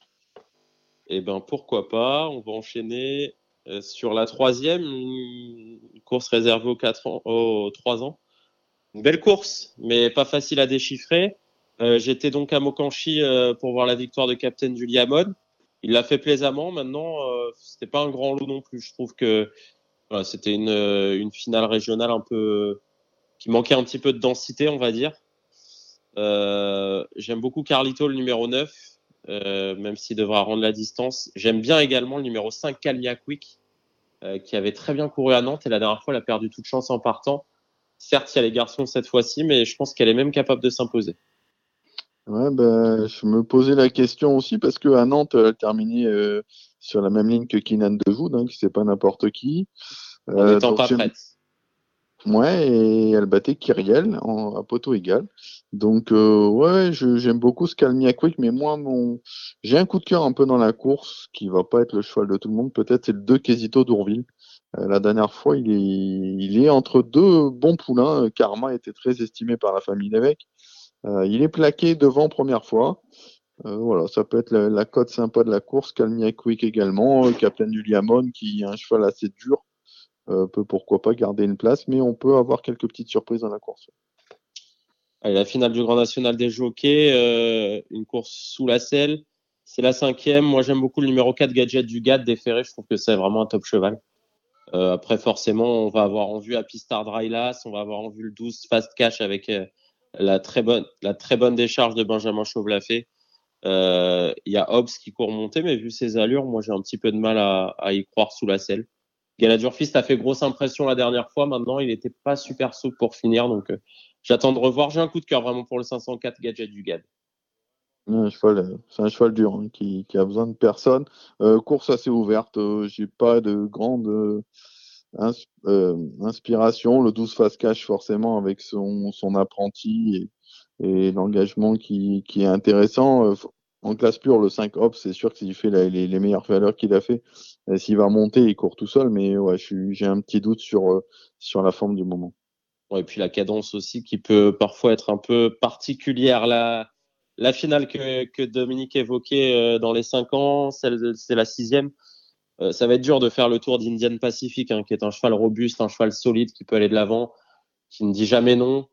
Eh ben pourquoi pas. On va enchaîner euh, sur la troisième, une course réservée aux, quatre ans, aux trois ans. Une belle course, mais pas facile à déchiffrer. Euh, j'étais donc à Mokanchi euh, pour voir la victoire de Captain du Liamone. Il l'a fait plaisamment. Maintenant, euh, c'était pas un grand lot non plus. Je trouve que voilà, c'était une, euh, une finale régionale un peu qui manquait un petit peu de densité, on va dire. Euh, j'aime beaucoup Carlito, le numéro neuf, euh, même s'il devra rendre la distance. J'aime bien également le numéro cinq, Calmia Quick, euh, qui avait très bien couru à Nantes et la dernière fois, elle a perdu toute chance en partant. Certes, il y a les garçons cette fois-ci, mais je pense qu'elle est même capable de s'imposer. Ouais, ben, je me posais la question aussi parce que à Nantes, elle a terminé euh, sur la même ligne que Kinan Dejoud, hein, qui c'est pas n'importe qui. En Euh, n'étant donc pas j'aime prête. Ouais, et elle battait Kyriel en, à poteau égal. Donc, euh, ouais, je- j'aime beaucoup ce Calmia Quick, mais moi, mon, j'ai un coup de cœur un peu dans la course, qui va pas être le cheval de tout le monde. Peut-être c'est le deux Quesito d'Ourville. Euh, la dernière fois, il est, il est entre deux bons poulains. Karma était très estimé par la famille Lévesque. Euh, il est plaqué devant première fois. Euh, voilà, ça peut être la, la cote sympa de la course. Calmia Quick également. Euh, Captain du Liamone, qui est un cheval assez dur euh, peut pourquoi pas garder une place, mais on peut avoir quelques petites surprises dans la course. Allez, la finale du Grand National des Jockeys, euh, une course sous la selle. C'est la cinquième. Moi, j'aime beaucoup le numéro quatre, Gadget du Gad, déféré. Je trouve que c'est vraiment un top cheval. Euh, après, forcément, on va avoir en vue Apistar Drylas, on va avoir en vue le douze Fast Cash avec euh, la, très bonne, la très bonne décharge de Benjamin Chauvelafé. Euh, Il y a Hobbs qui court monter, mais vu ses allures, moi j'ai un petit peu de mal à, à y croire sous la selle. Galadur Fist a fait grosse impression la dernière fois, maintenant il n'était pas super souple pour finir, donc euh, j'attends de revoir. J'ai un coup de cœur vraiment pour le cinq cent quatre Gadget du Gad. Un cheval, euh, c'est un cheval dur hein, qui, qui a besoin de personne. Euh, course assez ouverte, euh, j'ai pas de grande euh, ins- euh, inspiration. Le douze Fast Cash, forcément, avec son, son apprenti et, et l'engagement qui, qui est intéressant. Euh, en classe pure, le cinq Hop, c'est sûr que s'il fait la- les, les meilleures valeurs qu'il a fait, euh, s'il va monter, il court tout seul. Mais ouais, je suis- j'ai un petit doute sur, euh, sur la forme du moment. Ouais, et puis la cadence aussi qui peut parfois être un peu particulière. La, la finale que, que Dominique évoquait euh, dans les cinq ans, celle, c'est la sixième. Euh, ça va être dur de faire le tour d'Indian Pacific, hein, qui est un cheval robuste, un cheval solide qui peut aller de l'avant, qui ne dit jamais non.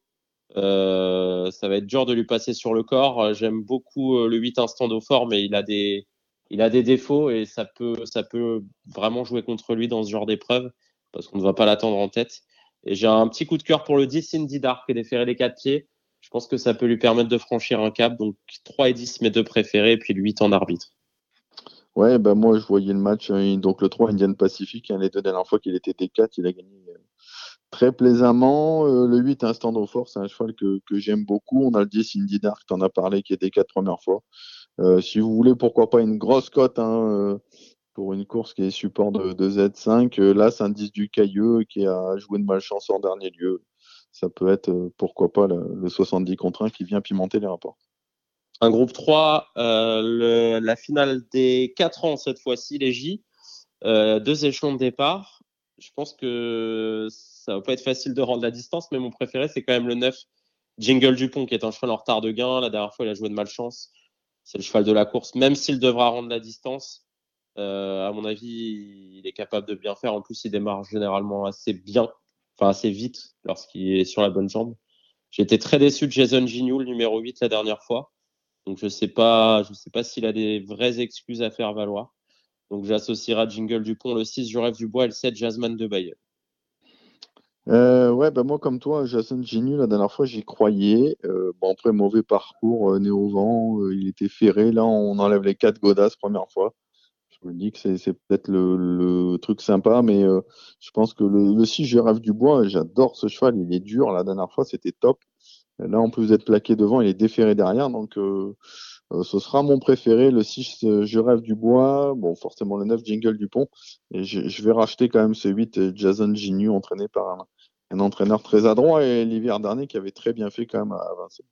Euh, ça va être dur de lui passer sur le corps. Euh, J'aime beaucoup euh, le huit Instant d'eau fort, mais il a des, il a des défauts et ça peut, ça peut vraiment jouer contre lui dans ce genre d'épreuve parce qu'on ne va pas l'attendre en tête. Et j'ai un petit coup de cœur pour le dix Cindy Dark et déférer les quatre pieds. Je pense que ça peut lui permettre de franchir un cap. Donc trois et dix, mes deux préférés, et puis le huit en arbitre. Ouais, bah moi je voyais le match, hein, donc le trois Indian Pacific, hein, les deux dernières fois qu'il était D quatre, il a gagné euh, très plaisamment. Euh, le huit, un stand au fort, c'est un cheval que, que j'aime beaucoup. On a le dix Indy Dark, t'en as parlé, qui est D quatre première fois. Euh, si vous voulez, pourquoi pas une grosse cote hein, euh, pour une course qui est support de, de Z cinq. Euh, là, c'est un dix du Cailleux qui a joué de malchance en dernier lieu. Ça peut être, euh, pourquoi pas, le, le soixante-dix contre un qui vient pimenter les rapports. Un groupe trois, euh, le, la finale des quatre ans cette fois-ci, les J. Euh, deux échelons de départ. Je pense que ça va pas être facile de rendre la distance, mais mon préféré, c'est quand même le neuf, Jingle Dupont, qui est un cheval en retard de gain. La dernière fois, il a joué de malchance. C'est le cheval de la course, même s'il devra rendre la distance. Euh, à mon avis, il est capable de bien faire. En plus, il démarre généralement assez bien, enfin assez vite lorsqu'il est sur la bonne jambe. J'ai été très déçu de Jason Gignoux, le numéro huit, la dernière fois. Donc, je sais pas, je sais pas s'il a des vraies excuses à faire valoir. Donc j'associerai Jingle Dupont le six, Je rêve du bois et le sept, Jasmine de Bayeul. Euh, ouais, bah moi comme toi, Jason Ginu, la dernière fois j'y croyais. Euh, bon après mauvais parcours, euh, né au vent, euh, il était ferré. Là on enlève les quatre godasses première fois. Je me dis que c'est c'est peut-être le, le truc sympa, mais euh, je pense que le, le six, je rêve du bois. J'adore ce cheval, il est dur. La dernière fois c'était top. Là en plus d'être plaqué devant, il est déferré derrière, donc euh, euh, ce sera mon préféré. Le six, euh, je rêve du bois. Bon forcément le neuf, Jingle Dupont. Et je, je vais racheter quand même ce huit, euh, Jason Ginu, entraîné par un un entraîneur très adroit et l'hiver dernier qui avait très bien fait quand même à Vincennes.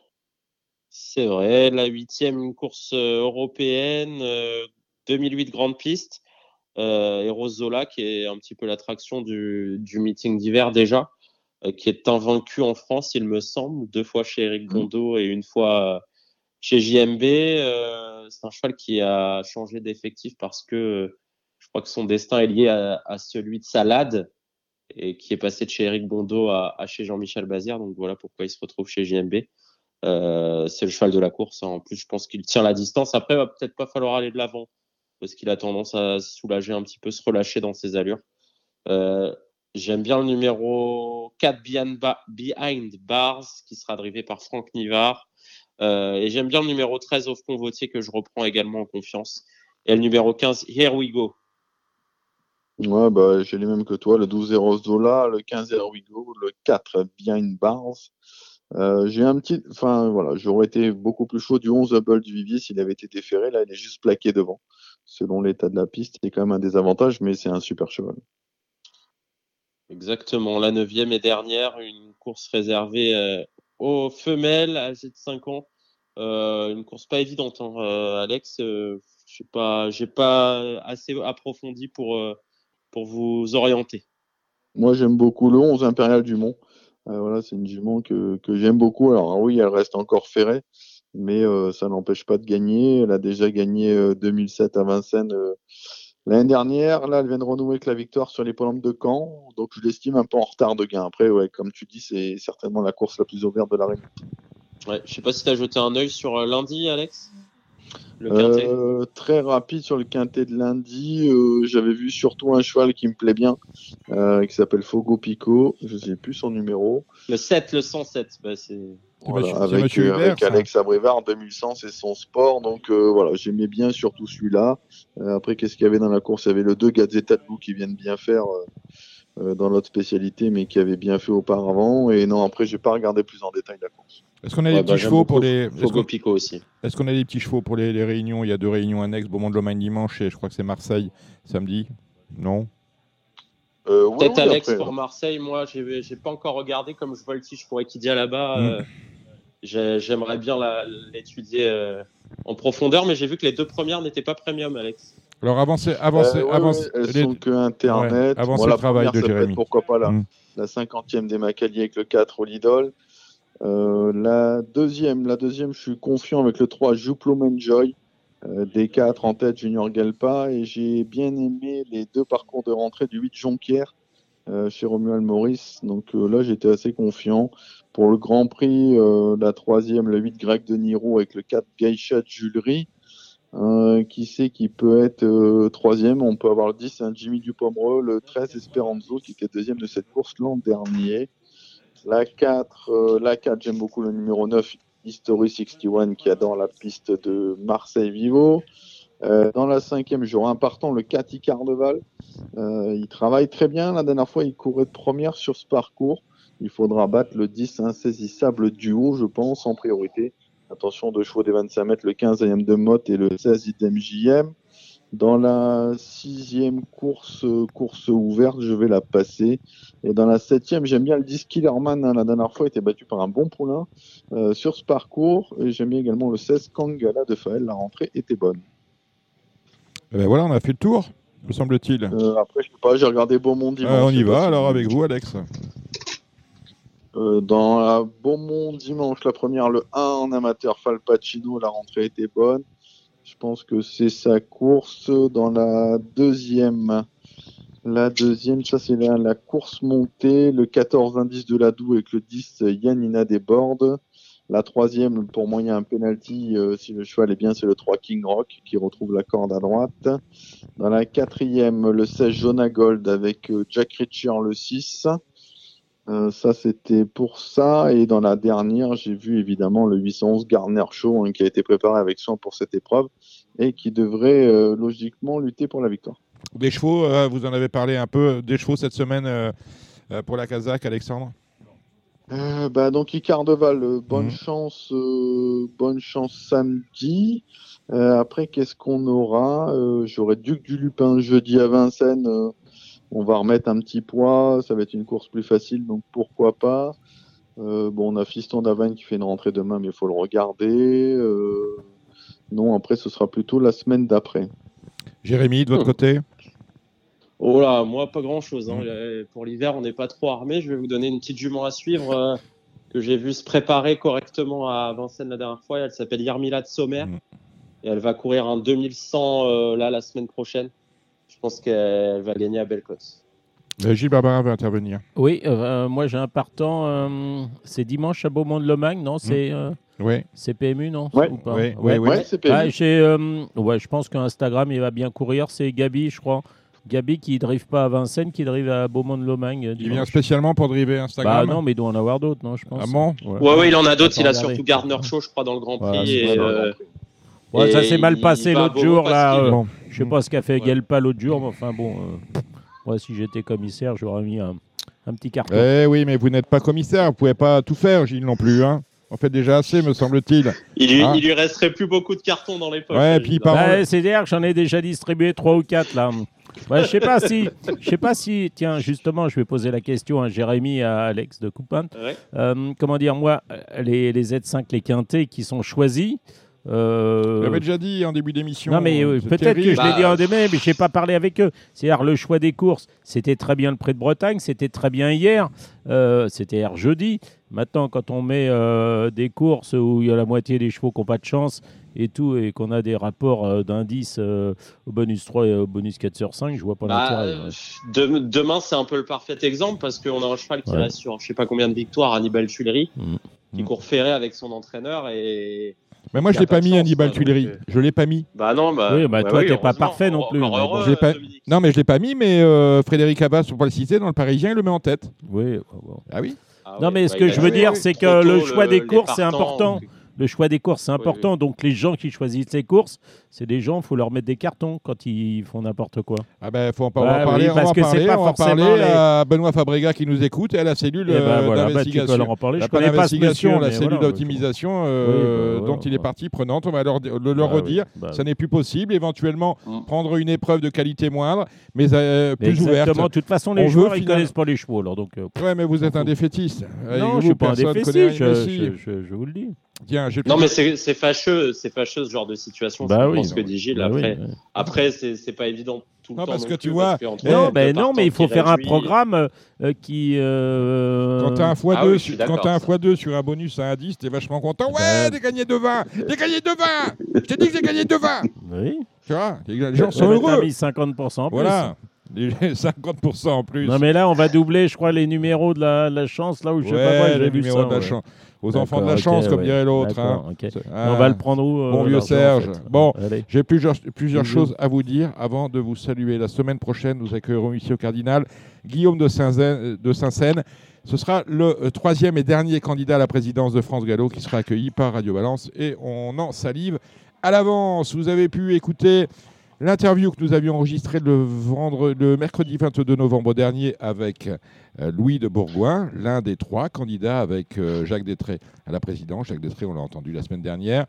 C'est vrai, la huitième, une course euh, européenne, euh, deux mille huit Grande Piste, euh, Eros Zola, qui est un petit peu l'attraction du, du meeting d'hiver déjà, euh, qui est invaincu en France, il me semble, deux fois chez Eric Mmh. Bondo et une fois euh, chez J M B. Euh, c'est un cheval qui a changé d'effectif parce que euh, je crois que son destin est lié à, à celui de Salade et qui est passé de chez Eric Bondo à, à chez Jean-Michel Bazir. Donc voilà pourquoi il se retrouve chez J M B. Euh, c'est le cheval de la course. En plus, je pense qu'il tient la distance. Après, il va peut-être pas falloir aller de l'avant parce qu'il a tendance à se soulager un petit peu, se relâcher dans ses allures. Euh, J'aime bien le numéro quatre, Behind, ba- Behind Bars, qui sera drivé par Franck Nivard. Euh, et j'aime bien le numéro treize, Off Convotier, que je reprends également en confiance. Et le numéro quinze, Here We Go. Ouais, bah, j'ai les mêmes que toi, le douze Eros Zola, le quinze Here We Go, le quatre Behind Bars. Euh, j'ai un petit, enfin voilà, j'aurais été beaucoup plus chaud du onze Hubble du Vivier s'il avait été déféré. Là, il est juste plaqué devant. Selon l'état de la piste, c'est quand même un désavantage, mais c'est un super cheval. Exactement. La neuvième et dernière, une course réservée euh, aux femelles âgées de cinq ans. Euh, une course pas évidente, hein, euh, Alex. Euh, je sais pas, j'ai pas assez approfondi pour, euh, pour vous orienter. Moi, j'aime beaucoup le onze Impérial Dumont. Euh, voilà, c'est une jument que, que j'aime beaucoup. Alors ah oui, elle reste encore ferrée, mais euh, ça n'empêche pas de gagner. Elle a déjà gagné euh, deux mille sept à Vincennes euh, l'année dernière. Là, elle vient de renouer avec la victoire sur les Polombes de Caen. Donc, je l'estime un peu en retard de gain. Après, ouais, comme tu dis, c'est certainement la course la plus ouverte de la Réunion. Ouais, je sais pas si tu as jeté un œil sur euh, lundi, Alex, le quintet. Euh, très rapide sur le quintet de lundi. Euh, j'avais vu surtout un cheval qui me plaît bien, euh, qui s'appelle Fogo Pico. Je ne sais plus son numéro. Le sept, le cent sept, bah, c'est C'est Voilà, monsieur, c'est avec, monsieur euh, Hubert, avec ça. Alex Abrevard, deux mille cent, c'est son sport. Donc euh, voilà, j'aimais bien surtout celui-là. Euh, après, qu'est-ce qu'il y avait dans la course? Il y avait le deux Gazzetta de Loup qui viennent bien faire euh, euh, dans l'autre spécialité, mais qui avait bien fait auparavant. Et non, après, j'ai pas regardé plus en détail la course. Est-ce qu'on a ouais, des bah, petits j'aime chevaux pour beaucoup les. Est-ce Fogo qu'on Pico aussi. est-ce qu'on a des petits chevaux pour les, les réunions? Il y a deux réunions annexes, Beaumont-de-Lomagne dimanche et je crois que c'est Marseille samedi. Non? Euh, oui, Peut-être oui, Alex après. pour Marseille. Moi, j'ai j'ai pas encore regardé comme je voltige pour Equidia là-bas. Hmm. Euh, j'ai- J'aimerais bien la- l'étudier euh, en profondeur, mais j'ai vu que les deux premières n'étaient pas premium, Alex. Alors avancez, Euh, avancez, oui, oui, avancez, elles les, sont que ouais, Internet. Bon, avancez le la travail première, de ça peut être Jérémy. pourquoi pas la, Hmm. la cinquantième des Macaliers avec le quatre au Lidl. Euh, la deuxième, la deuxième, je suis confiant avec le trois, Jouplo Enjoy. Euh, D quatre en tête, Junior Galpa. Et j'ai bien aimé les deux parcours de rentrée du huit Jonquière euh, chez Romuald Maurice. Donc euh, là, j'étais assez confiant. Pour le Grand Prix, euh, la troisième, le huit Greg de Niro avec le quatre Gaïcha de Julery. Euh, qui sait qui peut être euh, troisième? On peut avoir le dix, un Jimmy Dupomereux, le treize Esperanzo qui était deuxième de cette course l'an dernier. La quatre, euh, la quatre, j'aime beaucoup le numéro neuf, History soixante et un, qui adore la piste de Marseille-Vivo. Euh, dans la cinquième, j'aurai un partant, le quatre Carneval. Euh, il travaille très bien. La dernière fois, il courait de première sur ce parcours. Il faudra battre le dix insaisissable duo, je pense, en priorité. Attention, deux chevaux des vingt-cinq mètres, le quinze I M de Motte et le seize I M J M. Dans la sixième course, course ouverte, je vais la passer. Et dans la septième, j'aime bien le dix Killerman. Hein, la dernière fois, il était battu par un bon poulain euh, sur ce parcours. Et j'aime bien également le seize Kangala de Faël. La rentrée était bonne. Eh ben voilà, on a fait le tour, me semble-t-il. Euh, après, je sais pas, j'ai regardé Beaumont dimanche. Euh, on je y sais pas va si alors vous- avec vous, Alex. Euh, dans la Beaumont dimanche, la première, le un en amateur, Falpacino, la rentrée était bonne. Je pense que c'est sa course. Dans la deuxième, la deuxième, ça c'est la, la course montée, le quatorze indice de la Doue avec le dix Yanina Desbordes. La troisième, pour moi, il y a un penalty. Euh, si le cheval est bien, c'est le trois King Rock qui retrouve la corde à droite. Dans la quatrième, le seize Jonah Gold avec euh, Jack Reacher le six. Euh, ça, c'était pour ça. Et dans la dernière, j'ai vu évidemment le huit cent onze Gardner Show, hein, qui a été préparé avec soin pour cette épreuve et qui devrait euh, logiquement lutter pour la victoire. Des chevaux, euh, vous en avez parlé un peu, des chevaux cette semaine euh, euh, pour la Kazakh, Alexandre. Euh, bah, donc Icar de Val, euh, bonne Mhm. chance, euh, bonne chance samedi. Euh, après, qu'est-ce qu'on aura Euh, J'aurai Duc du Lupin jeudi à Vincennes. euh, on va remettre un petit poids, ça va être une course plus facile, donc pourquoi pas. Euh, bon, on a Fiston d'Avane qui fait une rentrée demain, mais il faut le regarder. Euh, non, après, ce sera plutôt la semaine d'après. Jérémy, de votre Hmm. côté. Oh là, moi, pas grand-chose. Hein. Mm. Euh, Pour l'hiver, on n'est pas trop armé. Je vais vous donner une petite jument à suivre euh, que j'ai vu se préparer correctement à Vincennes la dernière fois. Elle s'appelle Yarmila de Sommer. Mm. Et elle va courir un deux mille cent euh, là, la semaine prochaine. Je pense qu'elle va gagner à Bellecote. Euh, Gilles Barbarin va intervenir. Oui, euh, moi j'ai un partant. euh, c'est dimanche à Beaumont-de-Lomagne, non C'est euh, Oui, c'est P M U, non Ouais. Ou pas oui, oui, oui. Ouais, c'est P M U. Ah, j'ai, euh, ouais, je pense qu'Instagram il va bien courir. C'est Gabi, je crois. Gabi qui ne drive pas à Vincennes, qui drive à Beaumont-de-Lomagne. euh, Il vient dimanche. spécialement pour driver Bah Instagram. non, mais il doit en avoir d'autres, non, je pense. Ah bon Ouais, Ouais, ouais, il en a d'autres. Attends, Il a regardez. surtout Gardner Show, je crois, dans le Grand Prix. Ouais, et, Ouais, dans le euh, Grand Prix. Ouais, ça et s'est mal il passé va à l'autre Beaumont jour, parce là. qu'il- euh, Bon. Je sais pas ce qu'a fait Ouais. Gelpa l'autre jour, mais enfin bon. euh, moi, si j'étais commissaire, j'aurais mis un, un petit carton. Eh oui, mais vous n'êtes pas commissaire, vous pouvez pas tout faire, Gilles non plus. Hein. En fait déjà assez, me semble-t-il. Il lui, Ah. il lui resterait plus beaucoup de cartons dans les poches. Ouais, là, puis il par- va- Bah, c'est-à-dire que j'en ai déjà distribué trois ou quatre là. Ouais, je sais pas si, je sais pas si, tiens, justement, je vais poser la question à Jérémy et à Alex de Coupin. Ouais. Euh, comment dire, moi, les, les Z cinq, les quintés qui sont choisis. euh, Je l'avais déjà dit en début d'émission. Non, mais euh, c'est peut-être que terrible. je l'ai Bah, dit en début, mais je n'ai pas parlé avec eux. C'est-à-dire, le choix des courses, c'était très bien le Prix de Bretagne, c'était très bien hier, euh, c'était hier jeudi. Maintenant, quand on met euh, des courses où il y a la moitié des chevaux qui n'ont pas de chance et tout, et qu'on a des rapports euh, d'indices euh, au bonus trois et au bonus quatre sur cinq, je vois pas Bah, l'intérêt. euh, ouais. de- demain, c'est un peu le parfait exemple parce qu'on a un cheval qui Ouais. reste sur je sais pas combien de victoires, Hannibal Tuileries, Mm. qui Mm. court ferré avec son entraîneur. Et Mais moi, il je y a l'ai pas pas de mis chance, Hannibal quoi, Tuileries. donc, euh. Je l'ai pas mis. bah non, bah, Oui, bah, toi, t'es pas heureusement. parfait non plus, Encore mais bon. heureux, Je l'ai pas- Dominique. Non, mais je l'ai pas mis, mais euh, Frédéric Abbas, pour pas le citer, dans le Parisien, il le met en tête. Oui, ouais, ouais. Ah oui. Ah Non, ouais, mais bah, ce que il je a veux joué dire, oui, c'est trop que le tôt, choix des les courses, c'est partants, important. donc- Le choix des courses, c'est Oui, important. Donc, les gens qui choisissent ces courses, c'est des gens, il faut leur mettre des cartons quand ils font n'importe quoi. Ah ben, faut en, on Bah va en parler, oui, on va parce en que c'est parler, pas on va en parler forcément les- à Benoît Fabrega qui nous écoute et à la cellule Eh ben, euh, voilà, bah, tu peux d'investigation. leur en parler. La Je connais pas ce d'investigation, monsieur, la mais cellule voilà, d'optimisation euh, Oui, bah, voilà, dont il est bah. partie prenante. On va leur, le, leur Bah, redire. oui, bah, Ça n'est plus possible. Éventuellement, Mm. prendre une épreuve de qualité moindre, mais euh, mais plus ouverte. exactement. De toute façon, les On joueurs, veut ils final- connaissent pas les chevaux. Alors, donc, euh, Ouais, mais vous êtes s'en un fout. défaitiste. Avec non, vous, je suis pas un personne défaitiste, connaît je, Messi. je, je- je vous le dis. Tiens, j'ai Non, mais c'est c'est fâcheux, c'est fâcheux ce genre de situation. Bah je comprends oui, ce que non. dit Gilles. Bah oui, après, ouais. après c'est c'est pas évident tout le Non, temps. parce non que plus, tu vois, qu'entre Eh, Non, le mais non, mais il faut partant faire un qui réduit- programme euh, qui. euh, Quand t'as un fois Ah deux, oui, je suis sur- d'accord, quand t'as un ça. fois deux sur un bonus à indice, t'es vachement content. Bah, Ouais, j'ai gagné deux vingt. J'ai gagné deux vingt. Je t'ai dit que j'ai gagné deux vingt. Oui. Tu vois, les les gens sont Ouais, mais t'as heureux. mis cinquante pour cent en plus. Voilà, les cinquante pour cent en plus. Non, mais là, on va doubler, je crois, les numéros de la, la chance, là où je sais pas quoi, Ouais, j'ai le vu numéro ça. de la ouais. chance. Aux D'accord, enfants de la ok, chance, comme ouais. dirait l'autre. D'accord, hein. ok. C'est- Mais on va le prendre où euh, Bon vieux l'argent, en Serge. fait Bon, Allez. j'ai plusieurs, plusieurs Bisous. choses à vous dire avant de vous saluer. La semaine prochaine, nous accueillerons ici au Cardinal Guillaume de Saint-Seine. de Saint-Seine. Ce sera le euh, troisième et dernier candidat à la présidence de France Gallo qui sera accueilli par Radio Balance et on en salive à l'avance. Vous avez pu écouter l'interview que nous avions enregistrée le, vendre, le mercredi vingt-deux novembre dernier avec euh, Louis de Bourgoin, l'un des trois candidats avec euh, Jacques Détré à la présidence. Jacques Détré, on l'a entendu la semaine dernière.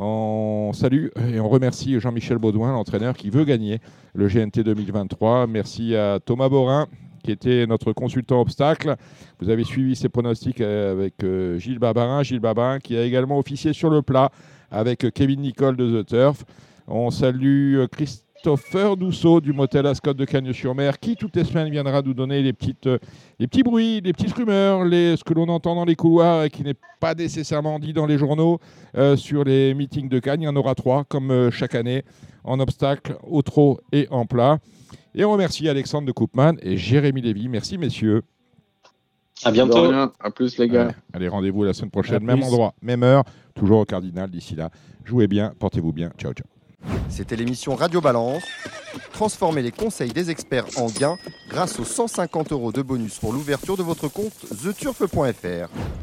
On salue et on remercie Jean-Michel Baudouin, l'entraîneur qui veut gagner le G N T deux mille vingt-trois. Merci à Thomas Borin, qui était notre consultant obstacle. Vous avez suivi ses pronostics avec euh, Gilles Barbarin. Gilles Barbarin qui a également officié sur le plat avec euh, Kevin Nicole de The Turf. On salue euh, Christopher Dousseau du motel Ascot de Cagnes-sur-Mer qui toutes les semaines viendra nous donner les, petites, euh, les petits bruits, les petites rumeurs, les, ce que l'on entend dans les couloirs et qui n'est pas nécessairement dit dans les journaux euh, sur les meetings de Cannes. Il y en aura trois comme euh, chaque année en obstacle, au trot et en plat. Et on remercie Alexandre de Koopman et Jérémy Lévy. Merci messieurs. À De bientôt. rien. À plus, les gars. Ouais. Allez, rendez-vous la semaine prochaine, À même plus. endroit, même heure, toujours au Cardinal. D'ici là, jouez bien, portez-vous bien. Ciao, ciao. C'était l'émission Radio Balance. Transformez les conseils des experts en gains grâce aux cent cinquante euros de bonus pour l'ouverture de votre compte the turf point f r.